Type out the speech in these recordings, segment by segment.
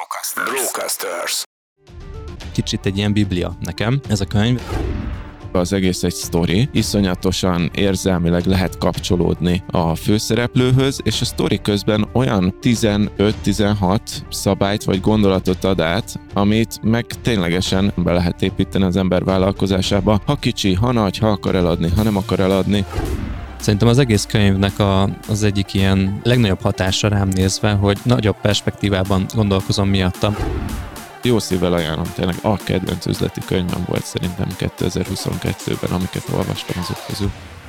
Brocasters. Kicsit egy ilyen biblia nekem ez a könyv. Az egész egy sztori, iszonyatosan érzelmileg lehet kapcsolódni a főszereplőhöz, és a sztori közben olyan 15-16 szabályt vagy gondolatot ad át, amit meg ténylegesen be lehet építeni az ember vállalkozásába, ha kicsi, ha nagy, ha akar eladni, ha nem akar eladni. Szerintem az egész könyvnek az egyik ilyen legnagyobb hatása rám nézve, hogy nagyobb perspektívában gondolkozom miatta. Jó szívvel ajánlom, tényleg a kedvenc üzleti könyvem volt szerintem 2022-ben, amiket olvastam azok közül.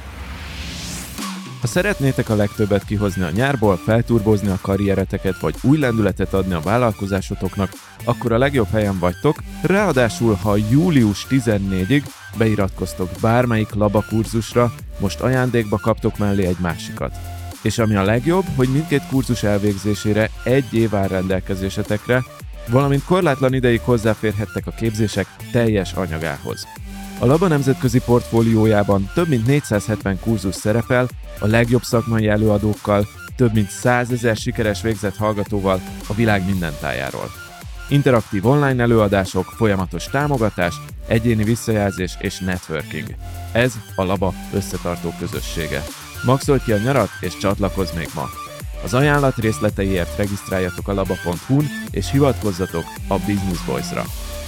Ha szeretnétek a legtöbbet kihozni a nyárból, felturbozni a karriereteket, vagy új lendületet adni a vállalkozásotoknak, akkor a legjobb helyen vagytok, ráadásul ha július 14-ig beiratkoztok bármelyik Laba kurzusra, most ajándékba kaptok mellé egy másikat. És ami a legjobb, hogy mindkét kurzus elvégzésére 1 év áll rendelkezésetekre, valamint korlátlan ideig hozzáférhettek a képzések teljes anyagához. A Laba nemzetközi portfóliójában több mint 470 kurzus szerepel, a legjobb szakmai előadókkal, több mint 100 000 sikeres végzett hallgatóval a világ minden tájáról. Interaktív online előadások, folyamatos támogatás, egyéni visszajelzés és networking. Ez a Laba összetartó közössége. Maxolj ki a nyarat és csatlakozz még ma! Az ajánlat részleteiért regisztráljatok a laba.hu-n és hivatkozzatok a Business Voice-ra.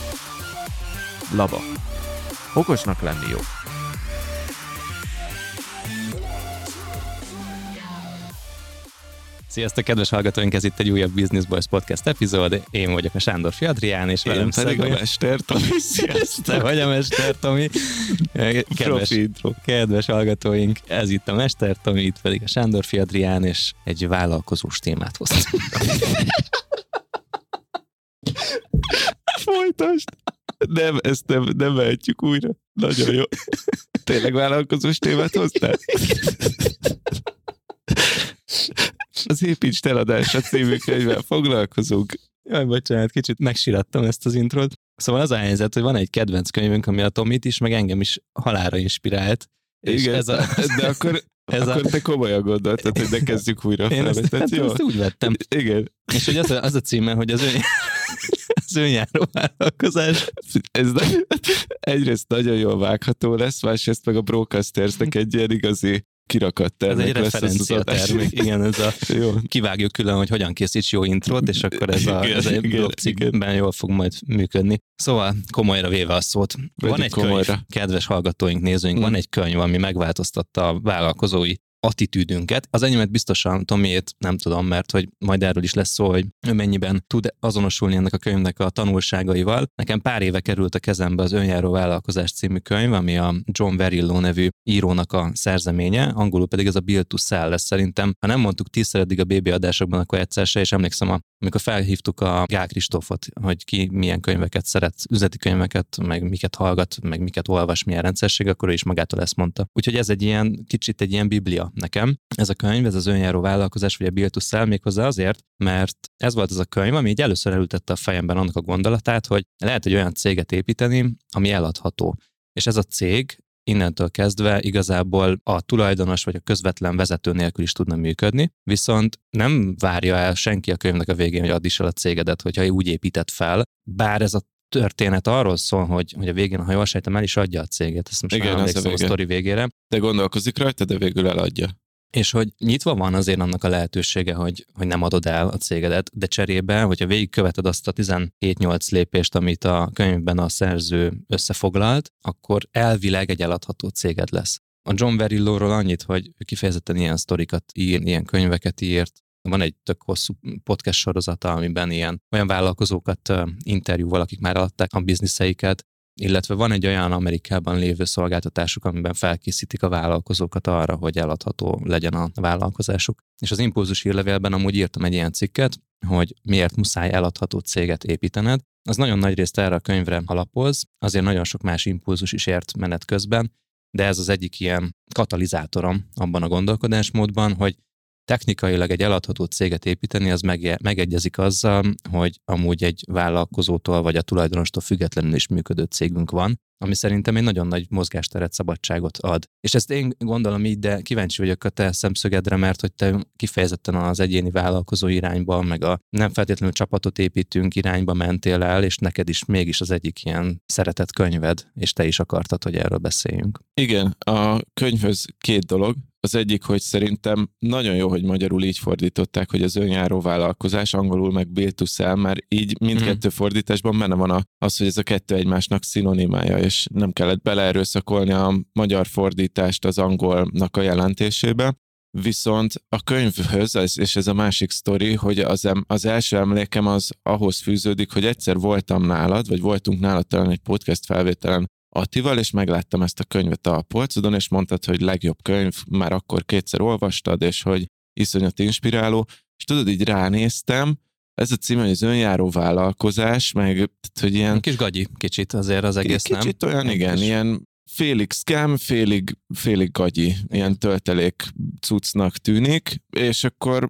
Laba. Okosnak lenni jó. Sziasztok, kedves hallgatóink, ez itt egy újabb Business Boys Podcast epizód. Én vagyok a Sándorfi Adrián, és velem pedig a Mester Tomi. Te vagy a Mester Tomi. Kedves hallgatóink, ez itt a Mester Tomi, itt pedig a Sándorfi Adrián, és egy vállalkozós témát hoztam. Folytasd! Nem, ezt nem vehetjük újra. Nagyon jó. Tényleg vállalkozós témát hoztál? Az Építsd eladásra című könyvvel foglalkozunk. Jaj, bocsánat, kicsit megsirattam ezt az intrót. Szóval az a helyzet, hogy van egy kedvenc könyvünk, ami a Tomit is, meg engem is halálra inspirált. Igen, de akkor te komolyan gondoltad, hogy ne kezdjük újra. Én ezt úgy vettem. Igen. És hogy az a címe, hogy az önjáró vállalkozás. Ez egyrészt nagyon jól vágható lesz, másrészt meg a Brocastersnek egy ilyen igazi kirakat termék. Ez egy referencia termék, igen, ez a jó. Kivágjuk külön, hogy hogyan készíts jó intrót, és akkor ez egy blogcikkben jól fog majd működni. Szóval komolyra véve a szót. Van egy könyv, kedves hallgatóink, nézőink, van egy könyv, ami megváltoztatta a vállalkozói attitűdünket. Az enyémet biztosan Tomiét nem tudom, mert hogy majd erről is lesz szó, hogy ő mennyiben tud azonosulni ennek a könyvnek a tanulságaival. Nekem pár éve került a kezembe az Önjáró vállalkozás című könyv, ami a John Verillo nevű írónak a szerzeménye, angolul pedig ez a Build to Sell lesz szerintem. Ha nem mondtuk 10-szer eddig a BB adásokban, akkor egyszer se, és emlékszem, amikor felhívtuk a Gál Kristófot, hogy ki milyen könyveket szeret, üzleti könyveket, meg miket hallgat, meg miket olvas, milyen rendszerség, akkor ő is magától ezt mondta. Úgyhogy ez egy ilyen, kicsit egy ilyen biblia nekem. Ez a könyv, ez az Önjáró vállalkozás, vagy a Build to Sell, méghozzá azért, mert ez volt az a könyv, ami így először elültette a fejemben annak a gondolatát, hogy lehet egy olyan céget építeni, ami eladható. És ez a cég innentől kezdve igazából a tulajdonos vagy a közvetlen vezető nélkül is tudna működni, viszont nem várja el senki a könyvnek a végén, hogy add is el a cégedet, hogyha úgy épített fel, bár ez a történet arról szól, hogy a végén, ha jól sejtem, el is adja a céget. Ezt most igen, már emlékszem a sztori végére. De gondolkozik rajta, de végül eladja. És hogy nyitva van azért annak a lehetősége, hogy nem adod el a cégedet, de cserébe, hogyha végigköveted azt a 17-8 lépést, amit a könyvben a szerző összefoglalt, akkor elvileg egy eladható céged lesz. A John Verillóról annyit, hogy kifejezetten ilyen sztorikat ír, ilyen könyveket írt. Van egy tök hosszú podcast sorozata, amiben olyan vállalkozókat interjúval, akik már eladták a bizniszeiket, illetve van egy olyan Amerikában lévő szolgáltatásuk, amiben felkészítik a vállalkozókat arra, hogy eladható legyen a vállalkozásuk. És az Impulzus hírlevélben amúgy írtam egy ilyen cikket, hogy miért muszáj eladható céget építened. Az nagyon nagy részt erre a könyvre alapoz, azért nagyon sok más impulzus is ért menet közben, de ez az egyik ilyen katalizátorom abban a gondolkodásmódban, hogy technikailag egy eladható céget építeni, az megegyezik azzal, hogy amúgy egy vállalkozótól vagy a tulajdonostól függetlenül is működő cégünk van, ami szerintem egy nagyon nagy mozgásteret, szabadságot ad. És ezt én gondolom így, de kíváncsi vagyok a te szemszögedre, mert hogy te kifejezetten az egyéni vállalkozó irányba, meg a nem feltétlenül csapatot építünk irányba mentél el, és neked is mégis az egyik ilyen szeretett könyved, és te is akartad, hogy erről beszéljünk. Igen, a könyvhöz két dolog. Az egyik, hogy szerintem nagyon jó, hogy magyarul így fordították, hogy az önjáró vállalkozás, angolul meg build to sell, mert így mindkettő fordításban benne van az, hogy ez a kettő egymásnak szinonimája, és nem kellett beleerőszakolni a magyar fordítást az angolnak a jelentésébe. Viszont a könyvhöz, és ez a másik sztori, hogy az első emlékem az ahhoz fűződik, hogy egyszer voltam nálad, vagy voltunk nálad talán egy podcast felvételen Attival, és megláttam ezt a könyvet a polcodon, és mondtad, hogy legjobb könyv, már akkor 2-szer olvastad, és hogy iszonyat inspiráló, és tudod, így ránéztem, ez a cím, hogy az önjáró vállalkozás, meg hogy ilyen... Kis gagyi kicsit azért az egész, nem? Kicsit olyan, igen, ilyen félig scam, félig gagyi, ilyen töltelék cuccnak tűnik, és akkor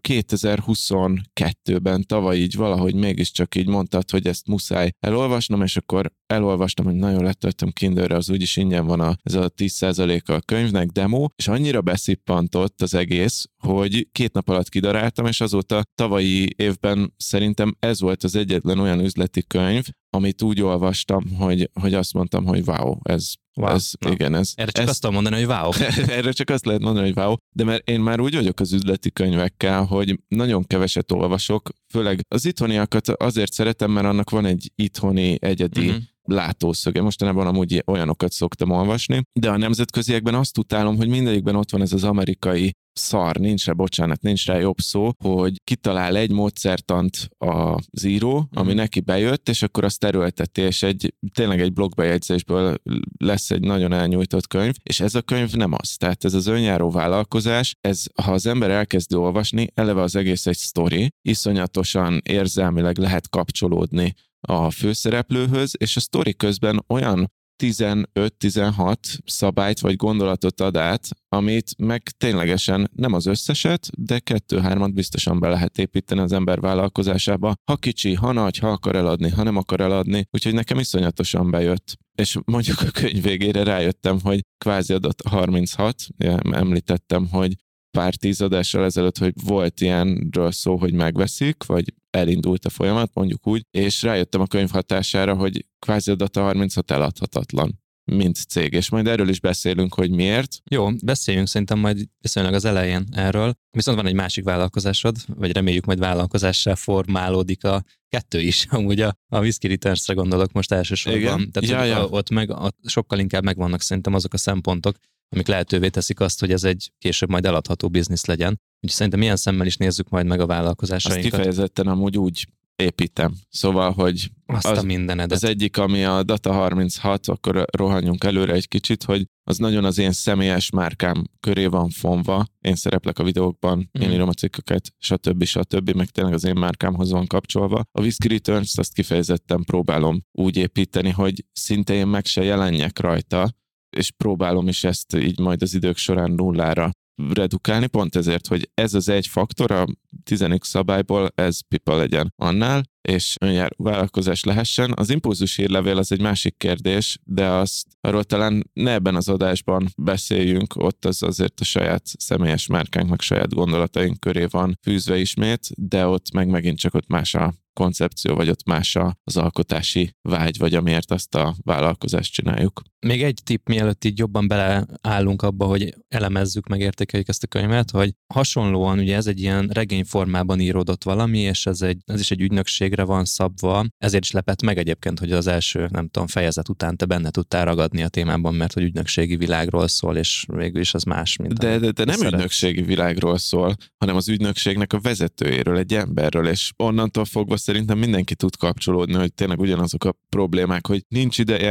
2022-ben tavaly így valahogy mégiscsak így mondtad, hogy ezt muszáj elolvasnom, és akkor elolvastam, hogy nagyon letöltöm Kindle-re, az úgyis ingyen van ez a 10%-a a könyvnek demo, és annyira beszippantott az egész, hogy 2 nap alatt kidaráltam, és azóta tavalyi évben szerintem ez volt az egyetlen olyan üzleti könyv, amit úgy olvastam, hogy azt mondtam, hogy wow, ez igen, ez... Erre csak azt tudom mondani, hogy wow. Erre csak azt lehet mondani, hogy wow, de mert én már úgy vagyok az üzleti könyvekkel, hogy nagyon keveset olvasok, főleg az itthoniakat azért szeretem, mert annak van egy itthoni egyedi látószöge. Mostanában amúgy olyanokat szoktam olvasni, de a nemzetköziekben azt utálom, hogy mindegyikben ott van ez az amerikai szar, nincs rá jobb szó, hogy kitalál egy módszertant az író, ami neki bejött, és akkor azt erőlteti, és tényleg egy blogbejegyzésből lesz egy nagyon elnyújtott könyv, és ez a könyv nem az. Tehát ez az önjáró vállalkozás, ha az ember elkezdi olvasni, eleve az egész egy sztori, iszonyatosan érzelmileg lehet kapcsolódni a főszereplőhöz, és a sztori közben olyan 15-16 szabályt vagy gondolatot ad át, amit meg ténylegesen nem az összeset, de 2-3-at biztosan be lehet építeni az ember vállalkozásába. Ha kicsi, ha nagy, ha akar eladni, ha nem akar eladni. Úgyhogy nekem iszonyatosan bejött. És mondjuk a könyv végére rájöttem, hogy kvázi adott 36, említettem, hogy pár 10 adással ezelőtt, hogy volt ilyenről szó, hogy megveszik, vagy elindult a folyamat, mondjuk úgy, és rájöttem a könyv hatására, hogy kvázi adata 36 eladhatatlan, mint cég, és majd erről is beszélünk, hogy miért. Jó, beszéljünk szerintem majd viszonylag az elején erről. Viszont van egy másik vállalkozásod, vagy reméljük majd vállalkozássá formálódik a kettő is, amúgy a Whisky Returns-re gondolok most elsősorban. Igen? Tehát ott sokkal inkább megvannak szerintem azok a szempontok, amik lehetővé teszik azt, hogy ez egy később majd eladható biznisz legyen. Úgyhogy szerintem milyen szemmel is nézzük majd meg a vállalkozásainkat. Azt kifejezetten amúgy úgy építem. Szóval, hogy az egyik, ami a Data 36, akkor rohanjunk előre egy kicsit, hogy az nagyon az én személyes márkám köré van fonva. Én szereplek a videókban, én írom a cikkeket, stb. Meg tényleg az én márkámhoz van kapcsolva. A Whisky Returns azt kifejezetten próbálom úgy építeni, hogy szinte én meg se jelenjek rajta, és próbálom is ezt így majd az idők során nullára redukálni, pont ezért, hogy ez az egy faktor, a 10x szabályból ez pipa legyen annál, és önjáró vállalkozás lehessen. Az impulzus hírlevél az egy másik kérdés, de arról talán ne ebben az adásban beszéljünk, ott az azért a saját személyes márkánk, meg saját gondolataink köré van fűzve ismét, de ott megint csak ott más a koncepció, vagy ott más az alkotási vágy, vagy amiért azt a vállalkozást csináljuk. Még egy tipp, mielőtt így jobban beleállunk abba, hogy elemezzük, megértékeljük ezt a könyvet, hogy hasonlóan ugye ez egy ilyen regényformában íródott valami, és ez is egy ügynökségre van szabva, ezért is lepett meg egyébként, hogy az első, nem tudom, fejezet után te benne tudtál ragadni a témában, mert hogy ügynökségi világról szól, és végül is az más, mint de nem ügynökségi világról szól, hanem az ügynökségnek a vezetőjéről, egy emberről, és onnantól fogva szerintem mindenki tud kapcsolódni, hogy tényleg ugyanazok a problémák, hogy nincs ideje,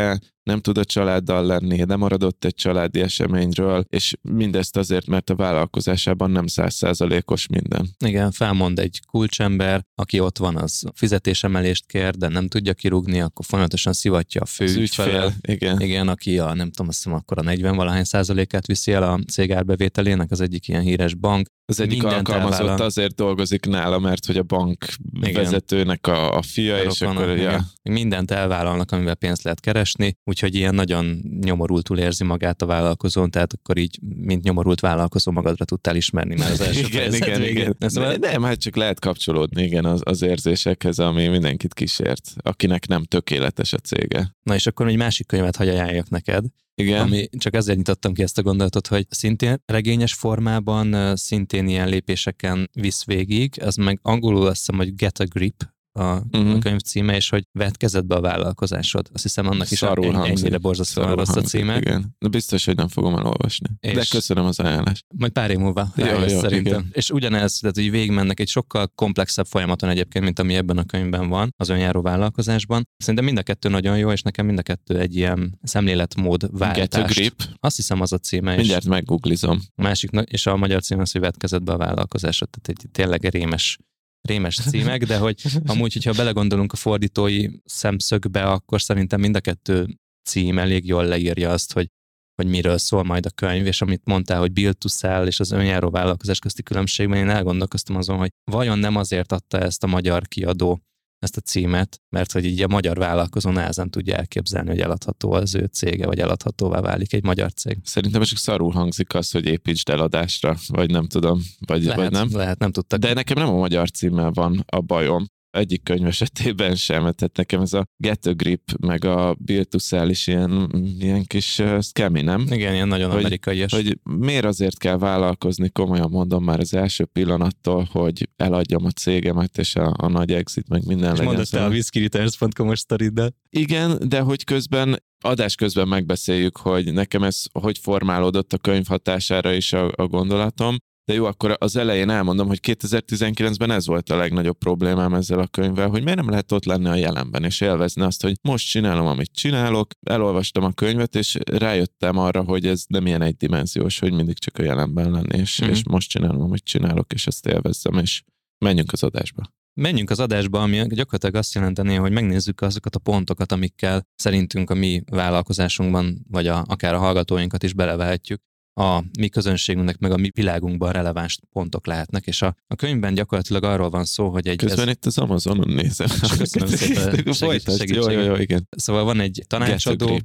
nem tud a családdal lenni, de maradott egy családi eseményről, és mindezt azért, mert a vállalkozásában nem 100%-os minden. Igen, felmond egy kulcsember, aki ott van, az fizetésemelést kér, de nem tudja kirúgni, akkor folyamatosan szivatja a főügyfél. Igen, aki nem tudom, azt hiszem, akkor a 40-valahány százalékát viszi el a cég árbevételének, az egyik ilyen híres bank. Az egyik alkalmazott azért dolgozik nála, mert hogy a bank vezetőnek a fia, és akkor mindent elvállalnak, amivel pénzt lehet keresni, úgyhogy ilyen nagyon nyomorultul érzi magát a vállalkozón, tehát akkor így, mint nyomorult vállalkozó magadra tudtál ismerni már az első igen. Nem, hát csak lehet kapcsolódni, igen, az érzésekhez, ami mindenkit kísért, akinek nem tökéletes a cége. Na és akkor egy másik könyvet hagy ajánljak neked. Igen. Ami csak ezért nyitottam ki ezt a gondolatot, hogy szintén regényes formában, szintén ilyen lépéseken visz végig, ez meg angolul azt hiszem, hogy Get a Grip a könyv címe, és hogy vedd kezedbe a vállalkozásod. Azt hiszem, annak is ennyire borzasztóan rossz a címe. Igen. De biztos, hogy nem fogom elolvasni. De köszönöm az ajánlást. Majd pár év múlva rájössz szerintem. Igen. És ugyanez, tehát hogy végigmennek egy sokkal komplexebb folyamaton egyébként, mint ami ebben a könyvben van, az önjáró vállalkozásban. Szerintem mind a kettő nagyon jó, és nekem mind a kettő egy ilyen szemléletmód váltást. Get a Grip. Azt hiszem, az a címe. Mindjárt meggooglizom. Másik, és a magyar cím az, hogy vedd kezedbe a vállalkozásod. Tehát egy tényleg rémes címek, de hogy amúgy, hogyha belegondolunk a fordítói szemszögbe, akkor szerintem mind a kettő cím elég jól leírja azt, hogy miről szól majd a könyv, és amit mondtál, hogy build to sell és az önjáró vállalkozás közti különbségben, én elgondolkoztam azon, hogy vajon nem azért adta ezt a magyar kiadó ezt a címet, mert hogy így a magyar vállalkozó nehezen tudja elképzelni, hogy eladható az ő cége, vagy eladhatóvá válik egy magyar cég. Szerintem csak szarul hangzik az, hogy építsd eladásra, vagy nem tudom, vagy nem. Lehet, nem tudtak. De nekem nem a magyar címmel van a bajom. Egyik könyv esetében sem, tehát nekem ez a Get a Grip, meg a Build to Sell is ilyen kis scammy, nem? Igen, ilyen nagyon amerikai-es. Hogy miért azért kell vállalkozni, komolyan mondom már az első pillanattól, hogy eladjam a cégemet, és a nagy exit, meg minden és legyen. Mondod te a whiskyreturns.com-os sztoriddal. Igen, de hogy adás közben megbeszéljük, hogy nekem ez hogy formálódott a könyv hatására is a gondolatom. De jó, akkor az elején elmondom, hogy 2019-ben ez volt a legnagyobb problémám ezzel a könyvvel, hogy miért nem lehet ott lenni a jelenben, és élvezni azt, hogy most csinálom, amit csinálok. Elolvastam a könyvet, és rájöttem arra, hogy ez nem ilyen egydimenziós, hogy mindig csak a jelenben lenni, és most csinálom, amit csinálok, és ezt élvezzem, és menjünk az adásba. Menjünk az adásba, ami gyakorlatilag azt jelenteni, hogy megnézzük azokat a pontokat, amikkel szerintünk a mi vállalkozásunkban, vagy akár a hallgatóinkat is belevehetjük. A mi közönségünknek, meg a mi világunkban releváns pontok lehetnek, és a könyvben gyakorlatilag arról van szó, hogy egy... Közben itt az Amazonon nézem. Köszönöm szépen. Segítséget. Jó, igen. Szóval van egy tanácsadó,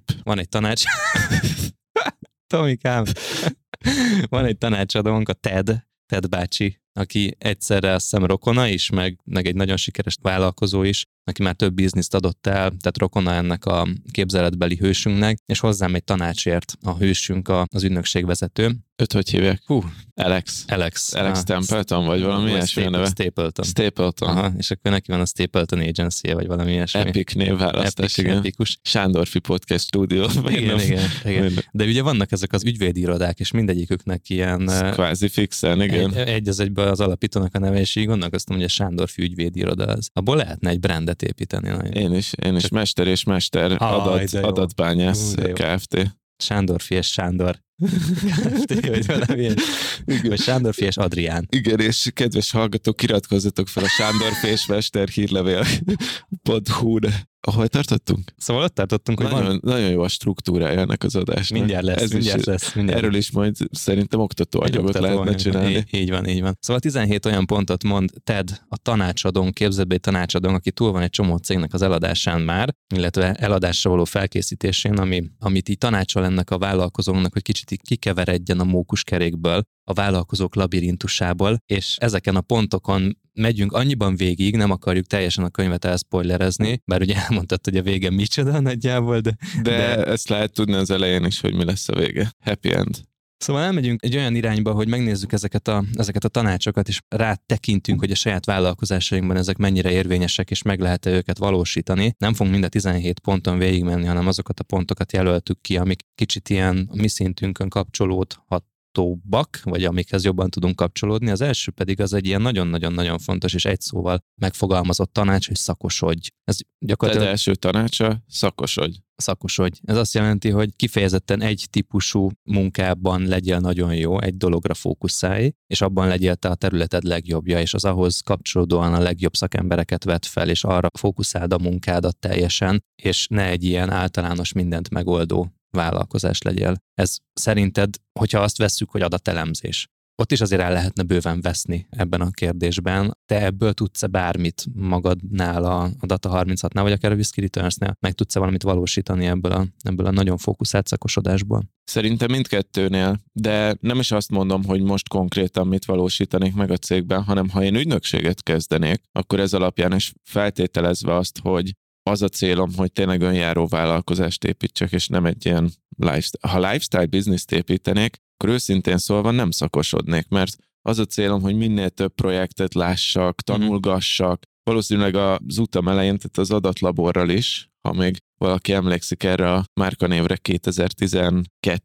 Tomikám, van egy tanácsadónk, a Ted bácsi, aki egyszerre azt hiszem rokona is, meg egy nagyon sikeres vállalkozó is, aki már több bizniszt adott el, tehát rokona ennek a képzeletbeli hősünknek, és hozzám egy tanácsért a hősünk, az ügynökségvezető. Őt hogy hívják? Alex Templeton, vagy valami ilyesmi neve? Stapleton. Aha, és akkor neki van a Stapleton Agency-je, vagy valami ilyesmi. Epic névválasztás, igen. Epikus. Sándorfi Podcast Studio. Igen. De ugye vannak ezek az ügyvédirodák, és mindegyikük ilyen... Kvázi fixen, igen. Egy az egyben az alapítónak a neve, és így gondolkoztam, hogy a Sándorfi ügyvédiroda az. Abból lehetne egy brandet építeni. Nagyon. Én is. Mester és mester adatbányász Kft. Sándorfi és Sándor. Vagy valami vagy Sándorfi és Adrián. Igen, és kedves hallgatók, iratkozzatok fel a Sándorfi és Mester hírlevél.hu-ra. Ahol tartottunk? Szóval ott tartottunk, hogy nagyon jó a struktúrája ennek az adásnak. Mindjárt lesz. Erről is majd szerintem oktatóanyagot lehetne csinálni. Így van. Szóval 17 olyan pontot mond Ted, a tanácsadónk, képzeletbeli tanácsadónk, aki túl van egy csomó cégnek az eladásán már, illetve eladásra való felkészítésén, amit így tanácsol ennek a vállalkozónak, hogy kicsit kikeveredjen a mókuskerékből, a vállalkozók labirintusából, és ezeken a pontokon megyünk annyiban végig, nem akarjuk teljesen a könyvet elspoilerezni, bár ugye elmondtad, hogy a vége micsoda nagyjából, de ezt lehet tudni az elején is, hogy mi lesz a vége. Happy end. Szóval elmegyünk egy olyan irányba, hogy megnézzük ezeket a tanácsokat, és rátekintünk, hogy a saját vállalkozásainkban ezek mennyire érvényesek, és meg lehet-e őket valósítani. Nem fogunk mind a 17 ponton végigmenni, hanem azokat a pontokat jelöltük ki, amik kicsit ilyen mi szintünkön kapcsolódhatóbbak, vagy amikhez jobban tudunk kapcsolódni. Az első pedig az egy ilyen nagyon-nagyon-nagyon fontos és egy szóval megfogalmazott tanács, hogy szakosodj. Ez gyakorlatilag... Tehát első tanácsa, szakosodj. szakosodj. Ez azt jelenti, hogy kifejezetten egy típusú munkában legyél nagyon jó, egy dologra fókuszálj, és abban legyél te a területed legjobbja, és az ahhoz kapcsolódóan a legjobb szakembereket vedd fel, és arra fókuszáld a munkádat teljesen, és ne egy ilyen általános mindent megoldó vállalkozás legyél. Ez szerinted, hogyha azt vesszük, hogy adatelemzés, ott is azért el lehetne bőven veszni ebben a kérdésben. Te ebből tudsz-e bármit magadnál a Data 36-nál, vagy akár a Whisky Returns-nél? Meg tudsz-e valamit valósítani ebből a nagyon fókuszált szakosodásból? Szerintem mindkettőnél, de nem is azt mondom, hogy most konkrétan mit valósítanék meg a cégben, hanem ha én ügynökséget kezdenék, akkor ez alapján is feltételezve azt, hogy az a célom, hogy tényleg önjáró vállalkozást építsek, és nem egy ilyen lifestyle. Ha lifestyle business-t építenék, akkor őszintén szólva nem szakosodnék, mert az a célom, hogy minél több projektet lássak, tanulgassak. Valószínűleg az utam elején, tehát az adatlaborral is, ha még valaki emlékszik erre a márkanévre, 2012-től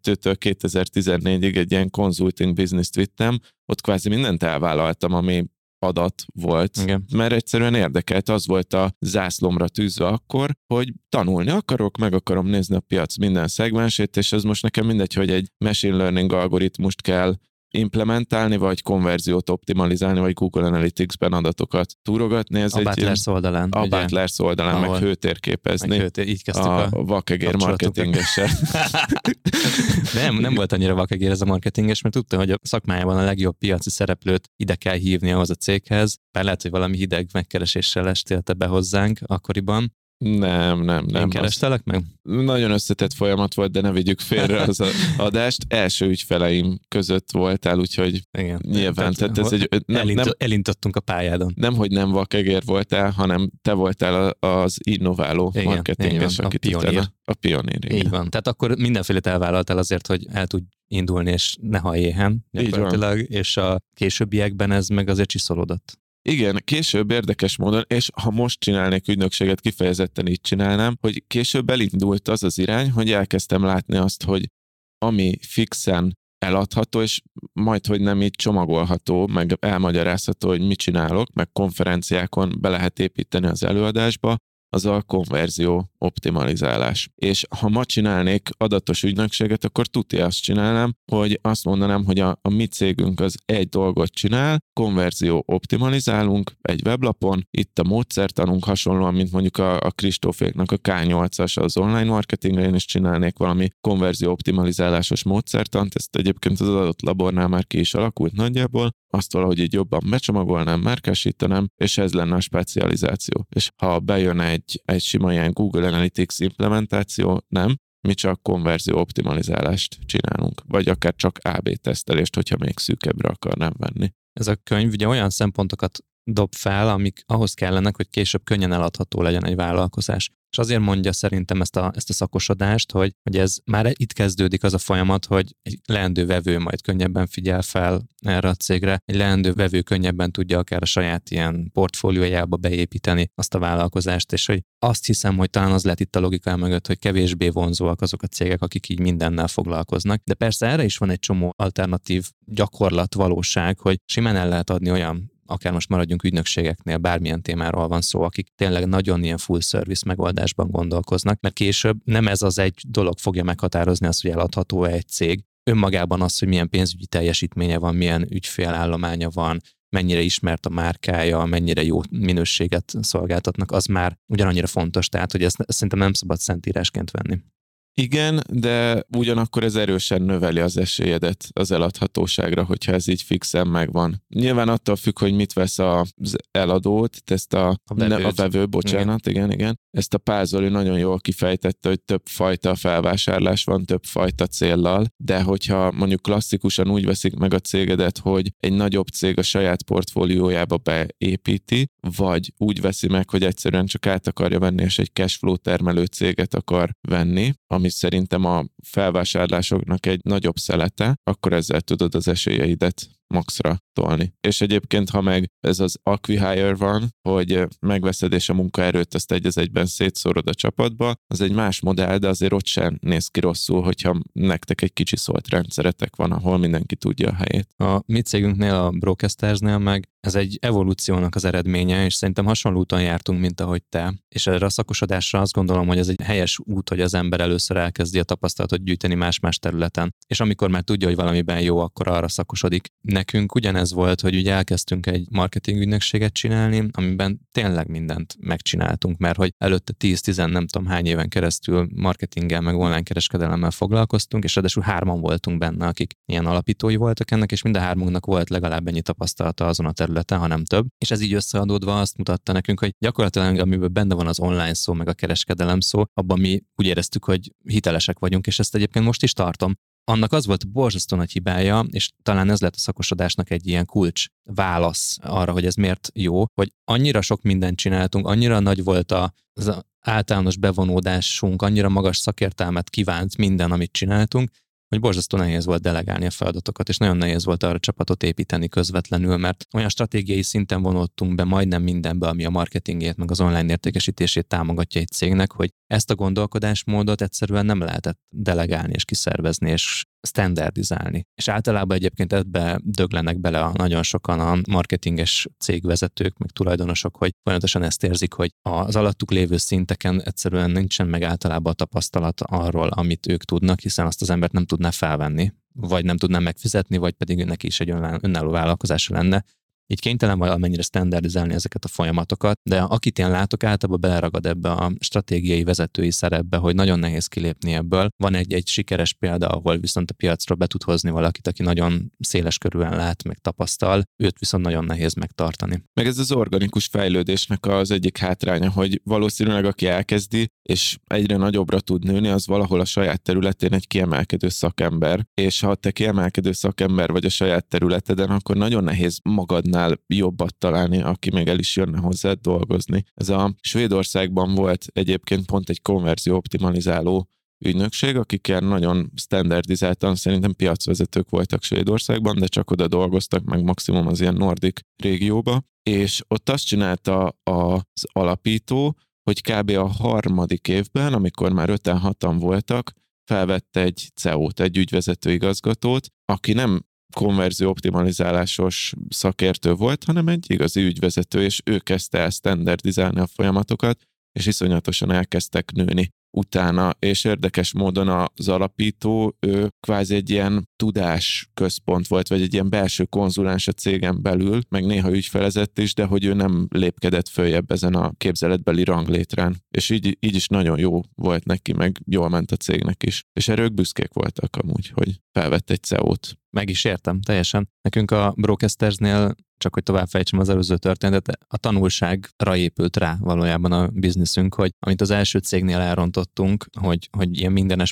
2014-ig egy ilyen consulting business-t vittem, ott kvázi mindent elvállaltam, ami adat volt, igen. Mert egyszerűen érdekelt, az volt a zászlomra tűzve akkor, hogy tanulni akarok, meg akarom nézni a piac minden szegmensét, és ez most nekem mindegy, hogy egy machine learning algoritmust kell implementálni, vagy konverziót optimalizálni, vagy Google Analytics-ben adatokat túrogatni. Ez a Butlers oldalán. A Butlers oldalán, meg hőtérképezni. Így kezdtük a vakegér marketingessel. nem volt annyira vakegér ez a marketinges, mert tudta, hogy a szakmájában a legjobb piaci szereplőt ide kell hívni ahhoz a céghez. Bár lehet, hogy valami hideg megkereséssel estél te be hozzánk akkoriban. Nem. Én kerestelek meg? Nagyon összetett folyamat volt, de ne vigyük félre az adást. Első ügyfeleim között voltál, úgyhogy igen, nyilván. Tehát ez elintottunk a pályádon. Nemhogy nem vakegér voltál, hanem te voltál az innováló marketinges, akit a pionír. Így van. Tehát akkor mindenfélét elvállaltál azért, hogy el tudj indulni, és ne hallj éhen gyakorlatilag, és a későbbiekben ez meg azért csiszolódott. Igen, később érdekes módon, és ha most csinálnék ügynökséget, kifejezetten így csinálnám, hogy később elindult az az irány, hogy elkezdtem látni azt, hogy ami fixen eladható, és majd, hogy nem így csomagolható, meg elmagyarázható, hogy mit csinálok, meg konferenciákon be lehet építeni az előadásba, az a konverzió optimalizálás. És ha ma csinálnék adatos ügynökséget, akkor tuti azt csinálnám, hogy azt mondanám, hogy a mi cégünk az egy dolgot csinál, konverzió optimalizálunk egy weblapon, itt a módszertanunk hasonlóan, mint mondjuk a Kristóféknak a K8-as az online marketingre, én is csinálnék valami konverzió optimalizálásos módszertant, ezt egyébként az adatlabornál már ki is alakult nagyjából, azt valahogy így jobban becsomagolnám, márkásítanám, és ez lenne a specializáció. És ha bejön egy sima ilyen Google Analytics implementáció, nem, mi csak konverzió optimalizálást csinálunk, vagy akár csak AB tesztelést, hogyha még szűkebbre akarnám venni. Ez a könyv ugye olyan szempontokat dob fel, amik ahhoz kellenek, hogy később könnyen eladható legyen egy vállalkozás. És azért mondja szerintem ezt a szakosodást, hogy ez már itt kezdődik az a folyamat, hogy egy leendő vevő majd könnyebben figyel fel erre a cégre, egy leendő vevő könnyebben tudja akár a saját ilyen portfóliójába beépíteni azt a vállalkozást, és hogy azt hiszem, hogy talán az lett itt a logika mögött, hogy kevésbé vonzóak azok a cégek, akik így mindennel foglalkoznak. De persze erre is van egy csomó alternatív gyakorlat, valóság, hogy simán el lehet adni olyan, akár most maradjunk ügynökségeknél, bármilyen témáról van szó, akik tényleg nagyon ilyen full service megoldásban gondolkoznak, mert később nem ez az egy dolog fogja meghatározni azt, hogy eladható-e egy cég. Önmagában az, hogy milyen pénzügyi teljesítménye van, milyen ügyfélállománya van, mennyire ismert a márkája, mennyire jó minőséget szolgáltatnak, az már ugyanannyira fontos, tehát hogy ezt szerintem nem szabad szentírásként venni. Igen, de ugyanakkor ez erősen növeli az esélyedet az eladhatóságra, hogyha ez így fixen megvan. Nyilván attól függ, hogy mit vesz az eladót, ezt a vevő, bocsánat, igen. Ezt a Pál Zoli nagyon jól kifejtette, hogy több fajta felvásárlás van, több fajta céllal, de hogyha mondjuk klasszikusan úgy veszik meg a cégedet, hogy egy nagyobb cég a saját portfóliójába beépíti, vagy úgy veszi meg, hogy egyszerűen csak át akarja venni, és egy cashflow termelő céget akar venni, ami szerintem a felvásárlásoknak egy nagyobb szelete, akkor ezzel tudod az esélyeidet maxra tolni. És egyébként, ha meg ez az acquihire van, hogy megveszed és a munkaerőt ezt egy az egyben szétszórod a csapatba, az egy más modell, de azért ott sem néz ki rosszul, hogyha nektek egy kicsi szólt rendszeretek van, ahol mindenki tudja a helyét. A mi cégünknél, a Brocasters-nél meg ez egy evolúciónak az eredménye, és szerintem hasonló úton jártunk, mint ahogy te. És erre a szakosodásra azt gondolom, hogy ez egy helyes út, hogy az ember először elkezdi a tapasztalatot gyűjteni más-más területen. És amikor már tudja, hogy valamiben jó, akkor arra szakosodik. Nekünk ugyanez volt, hogy ugye elkezdtünk egy marketing ügynökséget csinálni, amiben tényleg mindent megcsináltunk, mert hogy előtte 10-10 nem tudom hány éven keresztül marketinggel meg online kereskedelemmel foglalkoztunk, és ráadásul 3 voltunk benne, akik ilyen alapítói voltak ennek, és mind a 3 volt legalább ennyi tapasztalata azon a területen, ha nem több. És ez így összeadódva azt mutatta nekünk, hogy gyakorlatilag amiben benne van az online szó, meg a kereskedelem szó, abban mi úgy éreztük, hogy hitelesek vagyunk, és ezt egyébként most is tartom. Annak az volt borzasztó nagy hibája, és talán ez lett a szakosodásnak egy ilyen kulcs válasz arra, hogy ez miért jó, hogy annyira sok mindent csináltunk, annyira nagy volt az általános bevonódásunk, annyira magas szakértelmet kívánt minden, amit csináltunk, hogy borzasztó nehéz volt delegálni a feladatokat, és nagyon nehéz volt arra csapatot építeni közvetlenül, mert olyan stratégiai szinten vonódtunk be majdnem mindenbe, ami a marketingét, meg az online értékesítését támogatja egy cégnek, hogy ezt a gondolkodásmódot egyszerűen nem lehetett delegálni és kiszervezni, és standardizálni. És általában egyébként ebbe döglenek bele nagyon sokan a marketinges cégvezetők, meg tulajdonosok, hogy folyamatosan ezt érzik, hogy az alattuk lévő szinteken egyszerűen nincsen meg általában a tapasztalat arról, amit ők tudnak, hiszen azt az embert nem tudná felvenni, vagy nem tudná megfizetni, vagy pedig neki is egy önálló vállalkozása lenne. Így kénytelen valamennyire standardizálni ezeket a folyamatokat, de akit én látok, általában beleragad ebbe a stratégiai vezetői szerepbe, hogy nagyon nehéz kilépni ebből. Van egy sikeres példa, ahol viszont a piacra be tud hozni valakit, aki nagyon széles körűen lát, meg tapasztal, őt viszont nagyon nehéz megtartani. Meg ez az organikus fejlődésnek az egyik hátránya, hogy valószínűleg aki elkezdi, és egyre nagyobbra tud nőni, az valahol a saját területén egy kiemelkedő szakember. És ha te kiemelkedő szakember vagy a saját területeden, akkor nagyon nehéz magadnál jobbat találni, aki még el is jönne hozzád dolgozni. Ez a Svédországban volt egyébként pont egy konverzió optimalizáló ügynökség, akik ilyen nagyon standardizáltan szerintem piacvezetők voltak Svédországban, de csak oda dolgoztak, meg maximum az ilyen nordik régióba, és ott azt csinálta az alapító, hogy kb. A 3. évben, amikor már 5-6-an voltak, felvette egy CEO-t, egy ügyvezető igazgatót, aki nem konverzió optimalizálásos szakértő volt, hanem egy igazi ügyvezető, és ő kezdte el standardizálni a folyamatokat, és iszonyatosan elkezdtek nőni utána, és érdekes módon az alapító, ő kvázi egy ilyen tudásközpont volt, vagy egy ilyen belső konzulens a cégen belül, meg néha ügyfelezett is, de hogy ő nem lépkedett följebb ezen a képzeletbeli ranglétrán. És így is nagyon jó volt neki, meg jól ment a cégnek is. És erről büszkék voltak amúgy, hogy felvett egy CEO-t. Meg is értem, teljesen. Nekünk a Broadcastersnél, csak hogy továbbfejtsem az előző történetet, a tanulságra épült rá valójában a bizniszünk, hogy amit az első cégnél elrontottunk, hogy ilyen mindenes